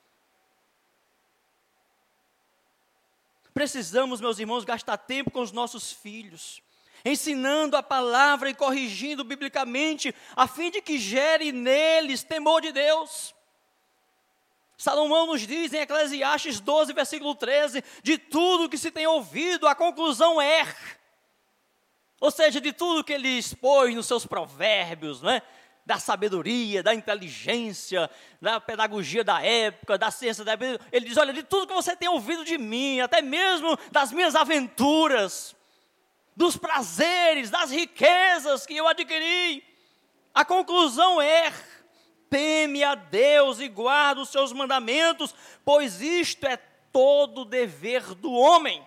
Precisamos, meus irmãos, gastar tempo com os nossos filhos, ensinando a palavra e corrigindo biblicamente, a fim de que gere neles temor de Deus. Salomão nos diz em Eclesiastes doze, versículo treze, de tudo que se tem ouvido, a conclusão é, ou seja, de tudo que ele expôs nos seus provérbios, não é? Da sabedoria, da inteligência, da pedagogia da época, da ciência da época, ele diz, olha, de tudo que você tem ouvido de mim, até mesmo das minhas aventuras, dos prazeres, das riquezas que eu adquiri, a conclusão é, teme a Deus e guarda os seus mandamentos, pois isto é todo o dever do homem.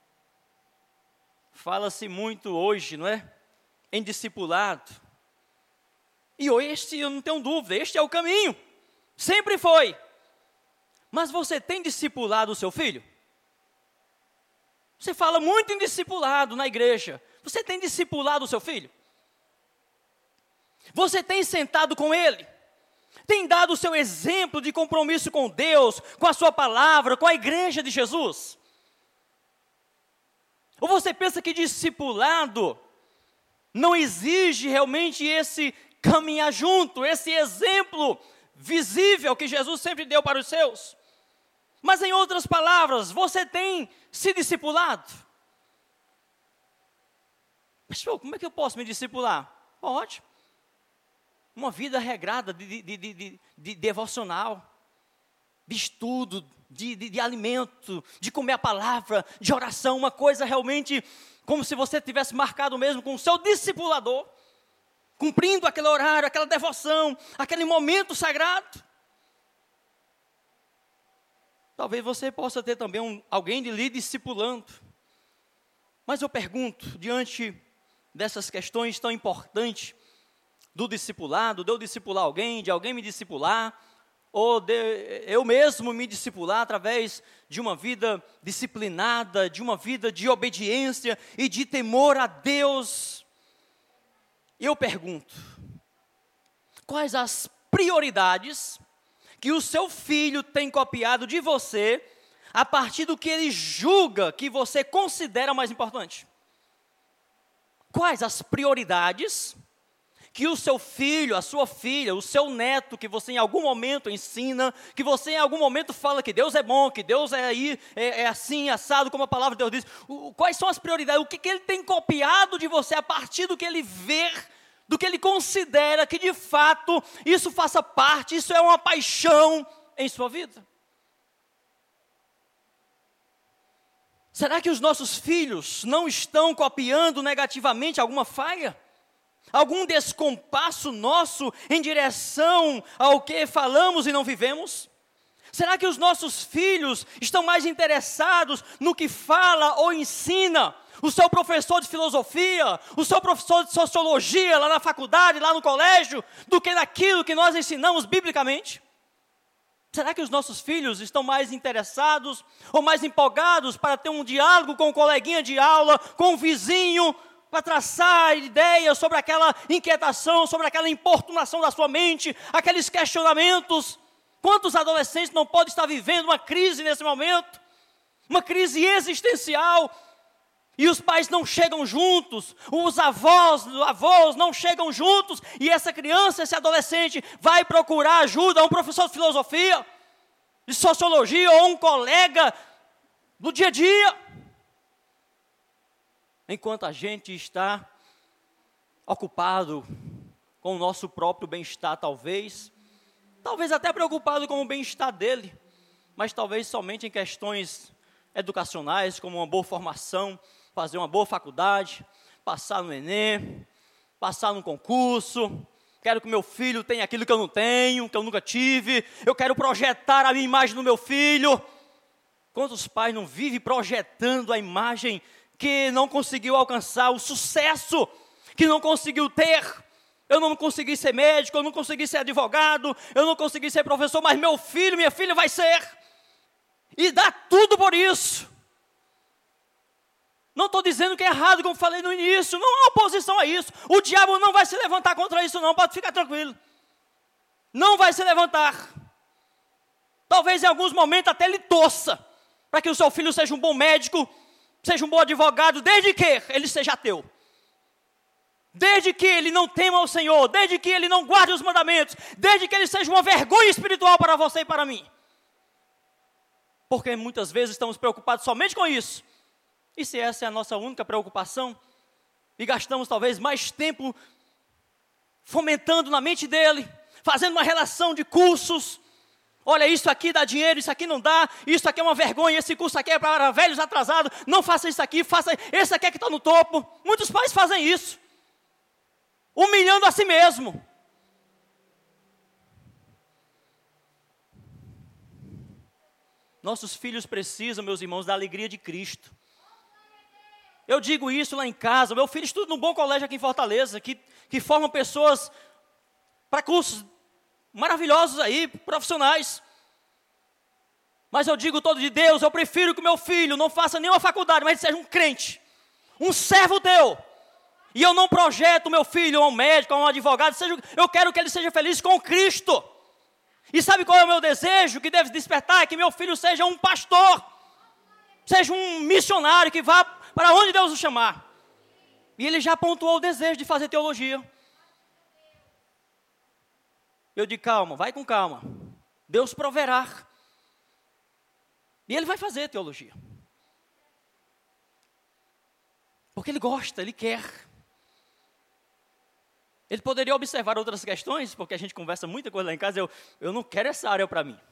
Fala-se muito hoje, não é? Em discipulado. E este, eu não tenho dúvida, este é o caminho. Sempre foi. Mas você tem discipulado o seu filho? Você fala muito em discipulado na igreja. Você tem discipulado o seu filho? Você tem sentado com ele? Tem dado o seu exemplo de compromisso com Deus, com a sua palavra, com a igreja de Jesus? Ou você pensa que discipulado não exige realmente esse caminhar junto, esse exemplo visível que Jesus sempre deu para os seus? Mas em outras palavras, você tem se discipulado? Mas, pô, como é que eu posso me discipular? Pode. Uma vida regrada de, de, de, de, de devocional, de estudo, de, de, de alimento, de comer a palavra, de oração, uma coisa realmente como se você tivesse marcado mesmo com o seu discipulador, cumprindo aquele horário, aquela devoção, aquele momento sagrado. Talvez você possa ter também um, alguém de lhe discipulando. Mas eu pergunto, diante dessas questões tão importantes, do discipulado, de eu discipular alguém, de alguém me discipular, ou de eu mesmo me discipular através de uma vida disciplinada, de uma vida de obediência e de temor a Deus. Eu pergunto, quais as prioridades que o seu filho tem copiado de você, a partir do que ele julga que você considera mais importante? Quais as prioridades que o seu filho, a sua filha, o seu neto, que você em algum momento ensina, que você em algum momento fala que Deus é bom, que Deus é, aí, é, é assim, assado, como a palavra de Deus diz, o, quais são as prioridades, o que, que ele tem copiado de você, a partir do que ele vê, do que ele considera que de fato isso faça parte, isso é uma paixão em sua vida? Será que os nossos filhos não estão copiando negativamente alguma falha? Algum descompasso nosso em direção ao que falamos e não vivemos? Será que os nossos filhos estão mais interessados no que fala ou ensina o seu professor de filosofia, o seu professor de sociologia lá na faculdade, lá no colégio, do que naquilo que nós ensinamos biblicamente? Será que os nossos filhos estão mais interessados ou mais empolgados para ter um diálogo com o coleguinha de aula, com o vizinho, para traçar ideias sobre aquela inquietação, sobre aquela importunação da sua mente, aqueles questionamentos? Quantos adolescentes não podem estar vivendo uma crise nesse momento? Uma crise existencial, e os pais não chegam juntos, os avós, os avós não chegam juntos, e essa criança, esse adolescente vai procurar ajuda a um professor de filosofia, de sociologia, ou um colega do dia a dia. Enquanto a gente está ocupado com o nosso próprio bem-estar, talvez, talvez até preocupado com o bem-estar dele, mas talvez somente em questões educacionais, como uma boa formação, fazer uma boa faculdade, passar no Enem, passar no concurso. Quero que meu filho tenha aquilo que eu não tenho, que eu nunca tive. Eu quero projetar a minha imagem no meu filho. Quantos pais não vivem projetando a imagem que não conseguiu alcançar, o sucesso que não conseguiu ter? Eu não consegui ser médico, eu não consegui ser advogado, eu não consegui ser professor, mas meu filho, minha filha vai ser. E dá tudo por isso. Não estou dizendo que é errado, como falei no início, não há oposição a isso. O diabo não vai se levantar contra isso não, pode ficar tranquilo. Não vai se levantar. Talvez em alguns momentos até ele torça, para que o seu filho seja um bom médico, seja um bom advogado, desde que ele seja ateu. Desde que ele não tema o Senhor, desde que ele não guarde os mandamentos, desde que ele seja uma vergonha espiritual para você e para mim. Porque muitas vezes estamos preocupados somente com isso. E se essa é a nossa única preocupação, e gastamos talvez mais tempo fomentando na mente dele, fazendo uma relação de cursos, olha, isso aqui dá dinheiro, isso aqui não dá, isso aqui é uma vergonha, esse curso aqui é para velhos atrasados, não faça isso aqui, faça esse aqui é que está no topo. Muitos pais fazem isso, humilhando a si mesmo. Nossos filhos precisam, meus irmãos, da alegria de Cristo. Eu digo isso lá em casa, meu filho estuda num bom colégio aqui em Fortaleza, que, que formam pessoas para cursos maravilhosos aí, profissionais. Mas eu digo todo de Deus, eu prefiro que o meu filho não faça nenhuma faculdade, mas seja um crente, um servo teu. E eu não projeto o meu filho a um médico, a um advogado, seja, eu quero que ele seja feliz com Cristo. E sabe qual é o meu desejo que deve despertar? É que meu filho seja um pastor, seja um missionário que vá para onde Deus o chamar. E ele já pontuou o desejo de fazer teologia. Eu digo, calma, vai com calma. Deus proverá. E ele vai fazer teologia. Porque ele gosta, ele quer. Ele poderia observar outras questões, porque a gente conversa muita coisa lá em casa, eu, eu não quero essa área para mim.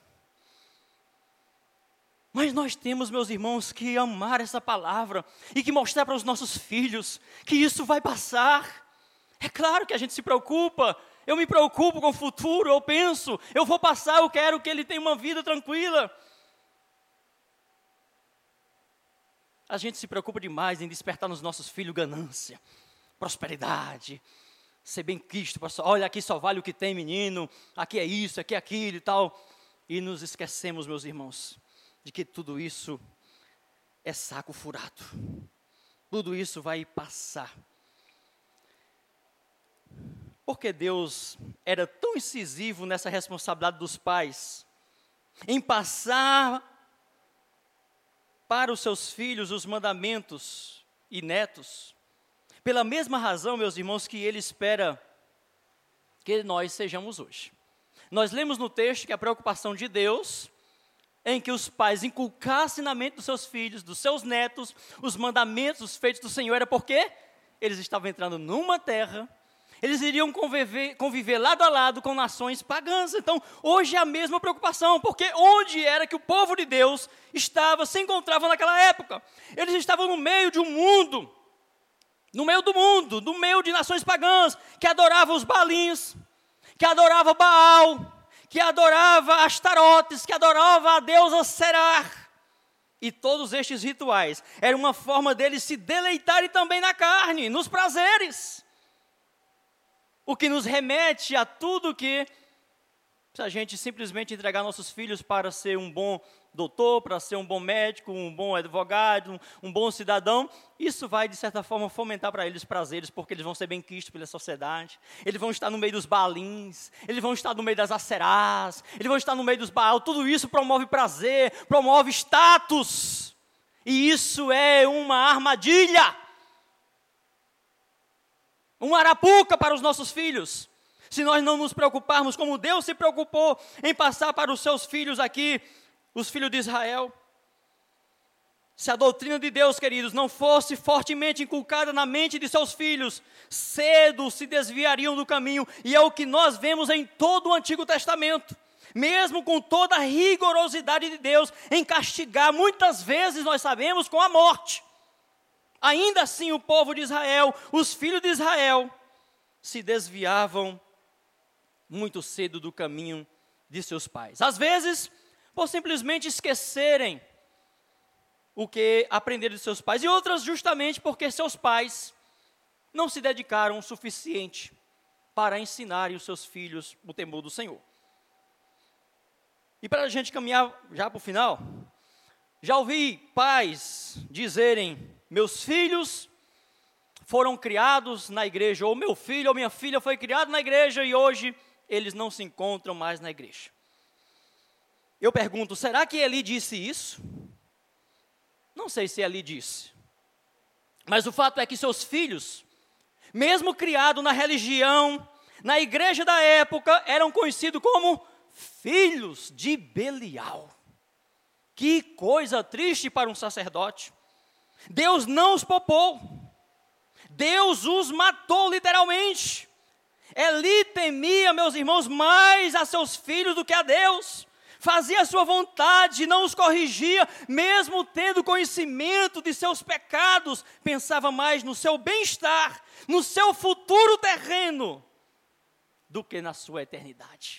Mas nós temos, meus irmãos, que amar essa palavra e que mostrar para os nossos filhos que isso vai passar. É claro que a gente se preocupa, eu me preocupo com o futuro, eu penso, eu vou passar, eu quero que ele tenha uma vida tranquila. A gente se preocupa demais em despertar nos nossos filhos ganância, prosperidade, ser bem quisto, olha, aqui só vale o que tem, menino, aqui é isso, aqui é aquilo e tal. E nos esquecemos, meus irmãos, de que tudo isso é saco furado. Tudo isso vai passar. Porque Deus era tão incisivo nessa responsabilidade dos pais, em passar para os seus filhos os mandamentos e netos, pela mesma razão, meus irmãos, que Ele espera que nós sejamos hoje. Nós lemos no texto que a preocupação de Deus, em que os pais inculcassem na mente dos seus filhos, dos seus netos, os mandamentos, os feitos do Senhor, era porque eles estavam entrando numa terra, eles iriam conviver, conviver lado a lado com nações pagãs. Então, hoje é a mesma preocupação, porque onde era que o povo de Deus estava, se encontrava naquela época? Eles estavam no meio de um mundo, no meio do mundo, no meio de nações pagãs, que adoravam os Baalins, que adoravam Baal, que adorava Astarotes, que adorava a deusa Serar. E todos estes rituais eram uma forma deles se deleitarem também na carne, nos prazeres. O que nos remete a tudo que, se a gente simplesmente entregar nossos filhos para ser um bom doutor, para ser um bom médico, um bom advogado, um, um bom cidadão, isso vai, de certa forma, fomentar para eles prazeres, porque eles vão ser bem quistos pela sociedade, eles vão estar no meio dos Baalins, eles vão estar no meio das Aserás, eles vão estar no meio dos Baal, tudo isso promove prazer, promove status, e isso é uma armadilha, uma arapuca para os nossos filhos. Se nós não nos preocuparmos como Deus se preocupou em passar para os seus filhos aqui, os filhos de Israel. Se a doutrina de Deus, queridos, não fosse fortemente inculcada na mente de seus filhos, cedo se desviariam do caminho, e é o que nós vemos em todo o Antigo Testamento. Mesmo com toda a rigorosidade de Deus em castigar, muitas vezes nós sabemos com a morte. Ainda assim o povo de Israel, os filhos de Israel, se desviavam muito cedo do caminho de seus pais. Às vezes, por simplesmente esquecerem o que aprenderam de seus pais, e outras justamente porque seus pais não se dedicaram o suficiente para ensinarem os seus filhos o temor do Senhor. E para a gente caminhar já para o final, já ouvi pais dizerem: meus filhos foram criados na igreja, ou meu filho ou minha filha foi criado na igreja e hoje eles não se encontram mais na igreja. Eu pergunto, será que Eli disse isso? Não sei se Eli disse. Mas o fato é que seus filhos, mesmo criados na religião, na igreja da época, eram conhecidos como filhos de Belial. Que coisa triste para um sacerdote. Deus não os poupou. Deus os matou literalmente. Eli temia, meus irmãos, mais a seus filhos do que a Deus. Fazia a sua vontade, não os corrigia, mesmo tendo conhecimento de seus pecados. Pensava mais no seu bem-estar, no seu futuro terreno, do que na sua eternidade.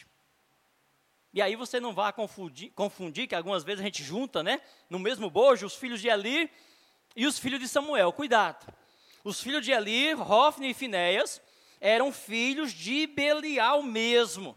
E aí você não vai confundir, confundir, que algumas vezes a gente junta, né, no mesmo bojo, os filhos de Eli e os filhos de Samuel. Cuidado. Os filhos de Eli, Hofni e Finéias, eram filhos de Belial mesmo.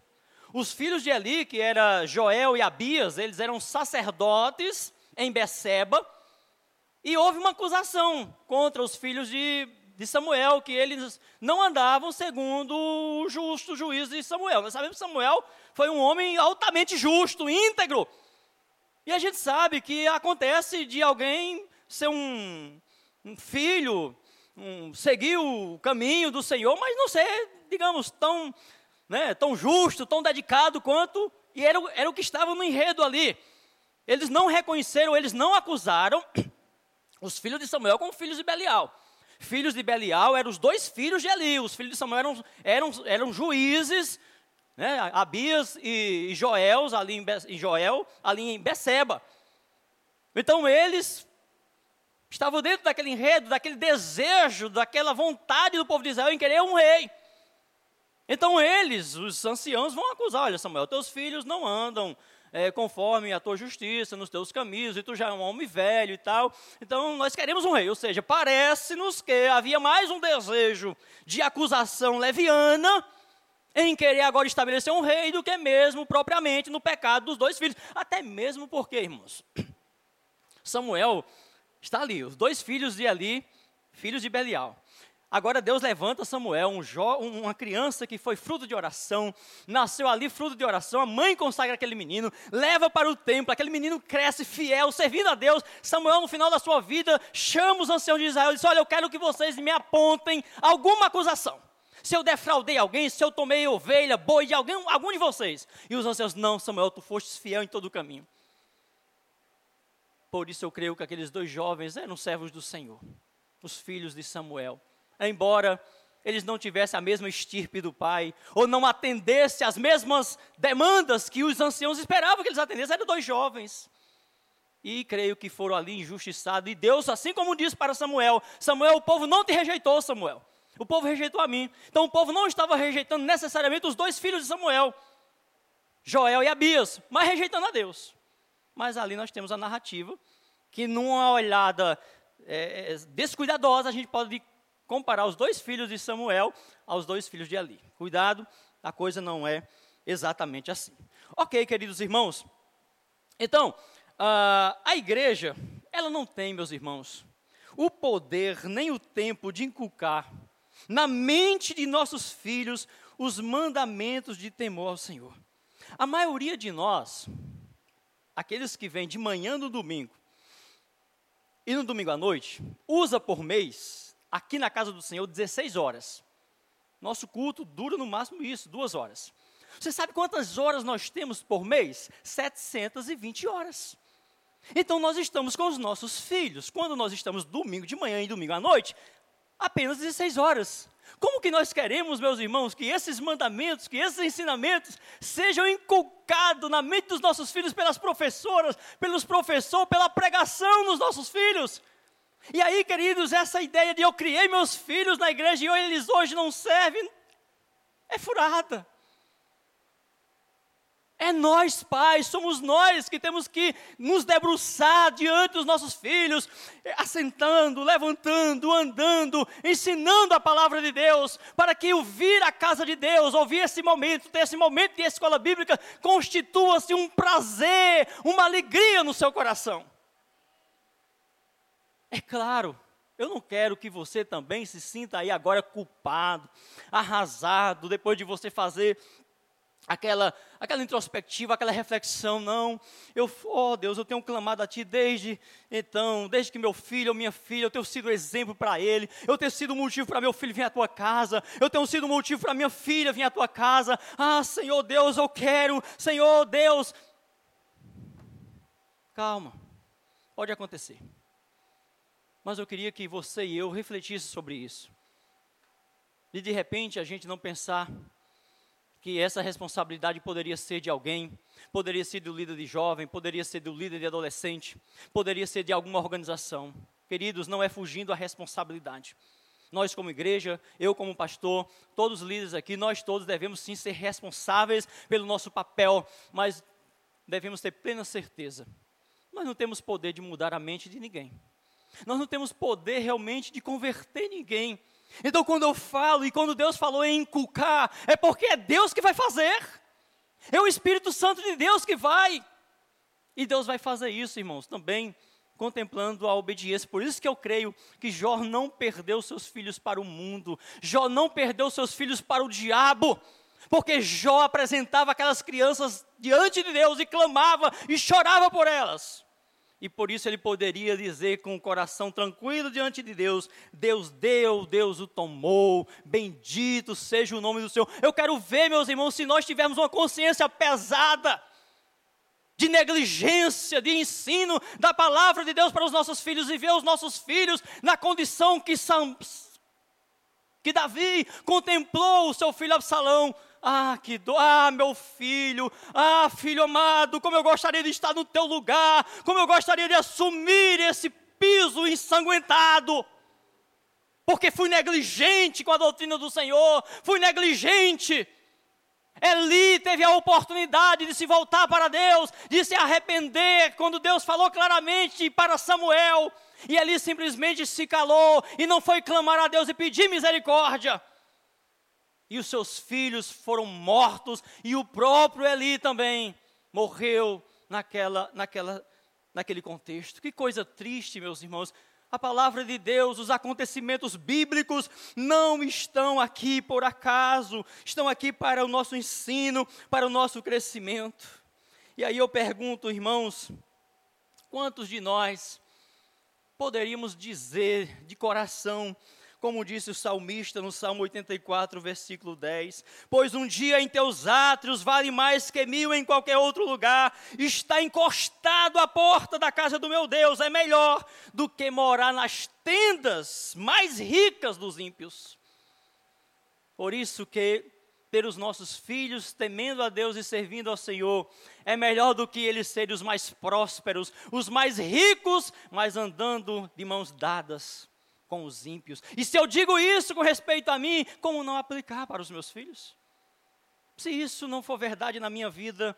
Os filhos de Eli, que era Joel e Abias, eles eram sacerdotes em Beceba, e houve uma acusação contra os filhos de, de Samuel, que eles não andavam segundo o justo juízo de Samuel. Nós sabemos que Samuel foi um homem altamente justo, íntegro. E a gente sabe que acontece de alguém ser um, um filho, um, seguir o caminho do Senhor, mas não ser, digamos, tão, né, tão justo, tão dedicado quanto, e era, era o que estava no enredo ali. Eles não reconheceram, eles não acusaram os filhos de Samuel como filhos de Belial. Filhos de Belial eram os dois filhos de Eli, os filhos de Samuel eram, eram, eram juízes, né, Abias e, e Joel, ali em, Be, e Joel, ali em Beceba. Então eles estavam dentro daquele enredo, daquele desejo, daquela vontade do povo de Israel em querer um rei. Então eles, os anciãos, vão acusar: olha, Samuel, teus filhos não andam é, conforme a tua justiça, nos teus caminhos, e tu já é um homem velho e tal, então nós queremos um rei. Ou seja, parece-nos que havia mais um desejo de acusação leviana em querer agora estabelecer um rei do que mesmo propriamente no pecado dos dois filhos. Até mesmo porque, irmãos, Samuel está ali, os dois filhos de Eli, filhos de Belial. Agora Deus levanta Samuel, um jo, uma criança que foi fruto de oração, nasceu ali fruto de oração, a mãe consagra aquele menino, leva para o templo, aquele menino cresce fiel, servindo a Deus. Samuel, no final da sua vida, chama os anciãos de Israel e diz: olha, eu quero que vocês me apontem alguma acusação. Se eu defraudei alguém, se eu tomei ovelha, boi de alguém, algum de vocês. E os anciãos: não, Samuel, tu fostes fiel em todo o caminho. Por isso eu creio que aqueles dois jovens eram servos do Senhor, os filhos de Samuel. Embora eles não tivessem a mesma estirpe do pai, ou não atendessem às mesmas demandas que os anciãos esperavam que eles atendessem, eram dois jovens. E creio que foram ali injustiçados. E Deus, assim como disse para Samuel: Samuel, o povo não te rejeitou, Samuel. O povo rejeitou a mim. Então o povo não estava rejeitando necessariamente os dois filhos de Samuel, Joel e Abias, mas rejeitando a Deus. Mas ali nós temos a narrativa, que numa olhada é, descuidadosa, a gente pode comparar os dois filhos de Samuel aos dois filhos de Eli. Cuidado, a coisa não é exatamente assim. Ok, queridos irmãos. Então, a, a igreja, ela não tem, meus irmãos, o poder nem o tempo de inculcar na mente de nossos filhos os mandamentos de temor ao Senhor. A maioria de nós, aqueles que vêm de manhã no domingo e no domingo à noite, usa por mês, aqui na casa do Senhor, dezesseis horas. Nosso culto dura no máximo isso, duas horas. Você sabe quantas horas nós temos por mês? setecentas e vinte horas. Então nós estamos com os nossos filhos, quando nós estamos domingo de manhã e domingo à noite, apenas dezesseis horas. Como que nós queremos, meus irmãos, que esses mandamentos, que esses ensinamentos sejam inculcados na mente dos nossos filhos pelas professoras, pelos professores, pela pregação nos nossos filhos? E aí, queridos, essa ideia de eu criei meus filhos na igreja e eles hoje não servem, é furada. É nós, pais, somos nós que temos que nos debruçar diante dos nossos filhos, assentando, levantando, andando, ensinando a palavra de Deus, para que o vir à casa de Deus, ouvir esse momento, ter esse momento de escola bíblica, constitua-se um prazer, uma alegria no seu coração. É claro, eu não quero que você também se sinta aí agora culpado, arrasado, depois de você fazer aquela, aquela introspectiva, aquela reflexão. Não, eu, oh Deus, eu tenho clamado a Ti desde então, desde que meu filho ou minha filha, eu tenho sido exemplo para ele, eu tenho sido motivo para meu filho vir à Tua casa, eu tenho sido motivo para minha filha vir à Tua casa. Ah, Senhor Deus, eu quero, Senhor Deus. Calma, pode acontecer. Mas eu queria que você e eu refletisse sobre isso. E de repente a gente não pensar que essa responsabilidade poderia ser de alguém, poderia ser do líder de jovem, poderia ser do líder de adolescente, poderia ser de alguma organização. Queridos, não é fugindo à responsabilidade. Nós como igreja, eu como pastor, todos os líderes aqui, nós todos devemos sim ser responsáveis pelo nosso papel, mas devemos ter plena certeza. Nós não temos poder de mudar a mente de ninguém. Nós não temos poder realmente de converter ninguém. Então quando eu falo, e quando Deus falou em inculcar, é porque é Deus que vai fazer. É o Espírito Santo de Deus que vai. E Deus vai fazer isso, irmãos, também contemplando a obediência. Por isso que eu creio que Jó não perdeu seus filhos para o mundo. Jó não perdeu seus filhos para o diabo. Porque Jó apresentava aquelas crianças diante de Deus e clamava e chorava por elas. E por isso ele poderia dizer com o coração tranquilo diante de Deus: Deus deu, Deus o tomou, bendito seja o nome do Senhor. Eu quero ver, meus irmãos, se nós tivermos uma consciência pesada, de negligência, de ensino da palavra de Deus para os nossos filhos, e ver os nossos filhos na condição que, Sam, que Davi contemplou o seu filho Absalão. Ah, que do... ah, meu filho, ah, filho amado, como eu gostaria de estar no teu lugar, como eu gostaria de assumir esse piso ensanguentado, porque fui negligente com a doutrina do Senhor, fui negligente. Eli teve a oportunidade de se voltar para Deus, de se arrepender, quando Deus falou claramente para Samuel, e Eli simplesmente se calou, e não foi clamar a Deus e pedir misericórdia. E os seus filhos foram mortos, e o próprio Eli também morreu naquela, naquela, naquele contexto. Que coisa triste, meus irmãos. A palavra de Deus, os acontecimentos bíblicos não estão aqui por acaso, estão aqui para o nosso ensino, para o nosso crescimento. E aí eu pergunto, irmãos, quantos de nós poderíamos dizer de coração, como disse o salmista no Salmo oitenta e quatro, versículo dez, pois um dia em teus átrios vale mais que mil em qualquer outro lugar, está encostado à porta da casa do meu Deus, é melhor do que morar nas tendas mais ricas dos ímpios. Por isso que ter os nossos filhos temendo a Deus e servindo ao Senhor, é melhor do que eles serem os mais prósperos, os mais ricos, mas andando de mãos dadas com os ímpios. E se eu digo isso com respeito a mim, como não aplicar para os meus filhos? Se isso não for verdade na minha vida,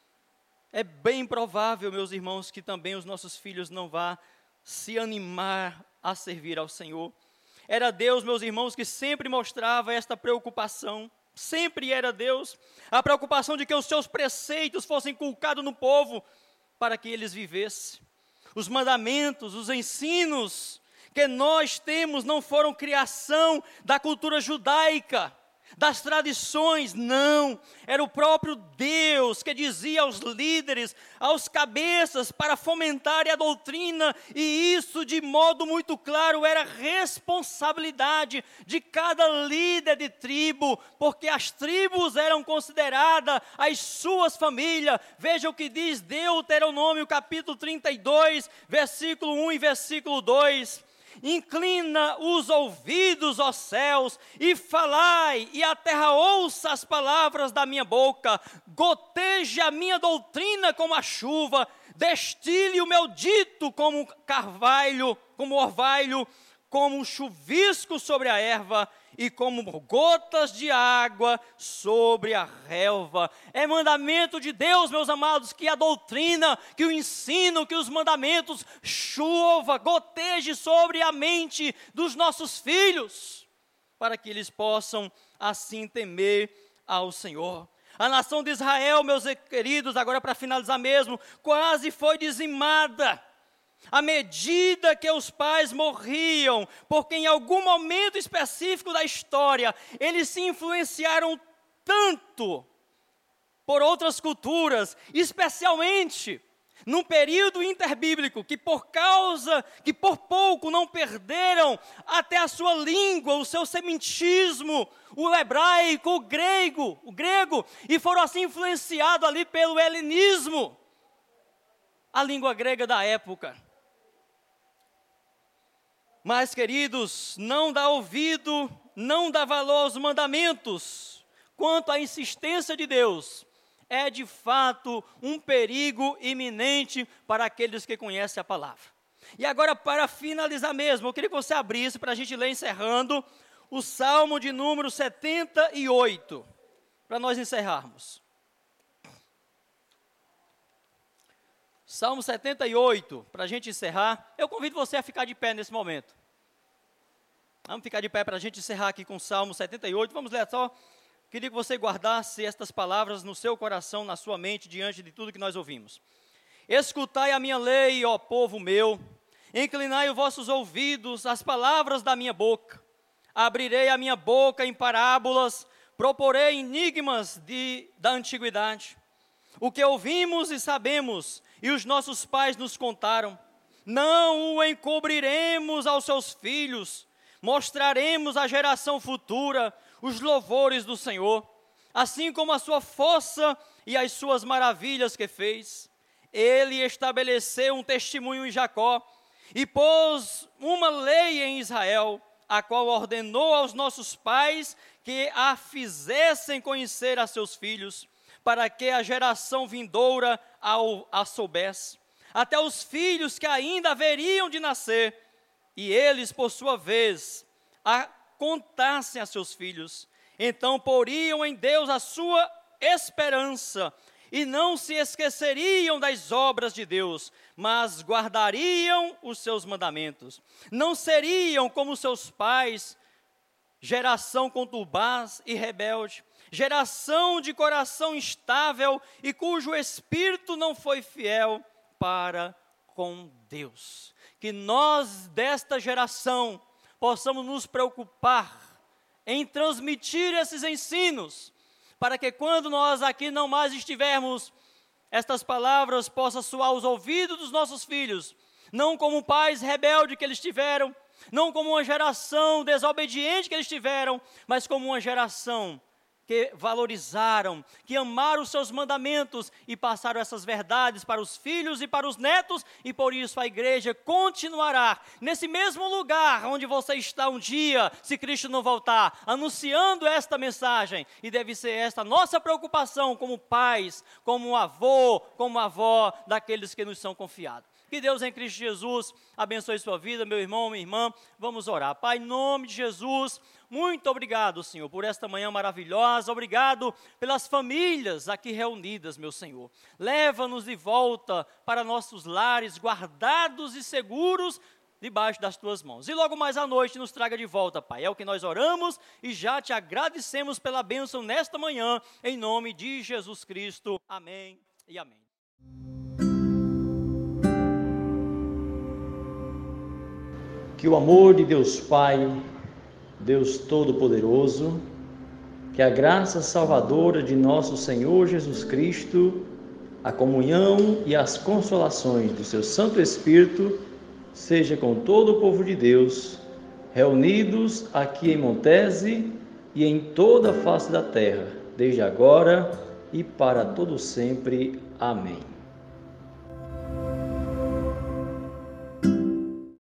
é bem provável, meus irmãos, que também os nossos filhos não vão se animar a servir ao Senhor. Era Deus, meus irmãos, que sempre mostrava esta preocupação, sempre era Deus, a preocupação de que os seus preceitos fossem inculcados no povo, para que eles vivessem. Os mandamentos, os ensinos que nós temos não foram criação da cultura judaica, das tradições, não. Era o próprio Deus que dizia aos líderes, aos cabeças, para fomentarem a doutrina, e isso de modo muito claro era responsabilidade de cada líder de tribo, porque as tribos eram consideradas as suas famílias. Veja o que diz Deuteronômio capítulo trinta e dois, versículo um e versículo dois. Inclina os ouvidos, ó céus, e falai, e a terra ouça as palavras da minha boca, goteje a minha doutrina como a chuva, destile o meu dito como carvalho, como orvalho, como um chuvisco sobre a erva, e como gotas de água sobre a relva. É mandamento de Deus, meus amados, que a doutrina, que o ensino, que os mandamentos chova, goteje sobre a mente dos nossos filhos, para que eles possam assim temer ao Senhor. A nação de Israel, meus queridos, agora para finalizar mesmo, quase foi dizimada à medida que os pais morriam, porque em algum momento específico da história, eles se influenciaram tanto por outras culturas, especialmente num período interbíblico, que por causa, que por pouco não perderam até a sua língua, o seu semitismo, o hebraico, o grego, o grego, e foram assim influenciados ali pelo helenismo, a língua grega da época. Mas, queridos, não dá ouvido, não dá valor aos mandamentos, quanto à insistência de Deus, é de fato um perigo iminente para aqueles que conhecem a palavra. E agora, para finalizar mesmo, eu queria que você abrisse para a gente ler encerrando o Salmo de número setenta e oito, para nós encerrarmos. Salmo setenta e oito, para a gente encerrar. Eu convido você a ficar de pé nesse momento. Vamos ficar de pé para a gente encerrar aqui com o Salmo setenta e oito. Vamos ler só queria que você guardasse estas palavras no seu coração, na sua mente, diante de tudo que nós ouvimos. Escutai a minha lei, ó povo meu, inclinai os vossos ouvidos às palavras da minha boca. Abrirei a minha boca em parábolas, proporei enigmas de, da antiguidade. O que ouvimos e sabemos, e os nossos pais nos contaram, não o encobriremos aos seus filhos, mostraremos à geração futura os louvores do Senhor, assim como a sua força e as suas maravilhas que fez. Ele estabeleceu um testemunho em Jacó e pôs uma lei em Israel, a qual ordenou aos nossos pais que a fizessem conhecer a seus filhos, para que a geração vindoura a soubesse, até os filhos que ainda haveriam de nascer, e eles, por sua vez, a contassem a seus filhos. Então poriam em Deus a sua esperança, e não se esqueceriam das obras de Deus, mas guardariam os seus mandamentos. Não seriam como seus pais, geração conturbaz e rebelde, geração de coração instável e cujo espírito não foi fiel para com Deus. Que nós desta geração possamos nos preocupar em transmitir esses ensinos, para que quando nós aqui não mais estivermos, estas palavras possam soar aos ouvidos dos nossos filhos, não como pais rebeldes que eles tiveram, não como uma geração desobediente que eles tiveram, mas como uma geração que valorizaram, que amaram os seus mandamentos e passaram essas verdades para os filhos e para os netos, e por isso a igreja continuará nesse mesmo lugar onde você está um dia, se Cristo não voltar, anunciando esta mensagem, e deve ser esta nossa preocupação como pais, como avô, como avó daqueles que nos são confiados. Que Deus em Cristo Jesus abençoe sua vida, meu irmão, minha irmã. Vamos orar. Pai, em nome de Jesus, muito obrigado, Senhor, por esta manhã maravilhosa. Obrigado pelas famílias aqui reunidas, meu Senhor. Leva-nos de volta para nossos lares, guardados e seguros debaixo das tuas mãos. E logo mais à noite nos traga de volta, Pai. É o que nós oramos e já te agradecemos pela bênção nesta manhã, em nome de Jesus Cristo. Amém e amém. Que o amor de Deus Pai, Deus Todo-Poderoso, que a graça salvadora de nosso Senhor Jesus Cristo, a comunhão e as consolações do seu Santo Espírito, seja com todo o povo de Deus, reunidos aqui em Montese e em toda a face da terra, desde agora e para todo sempre. Amém.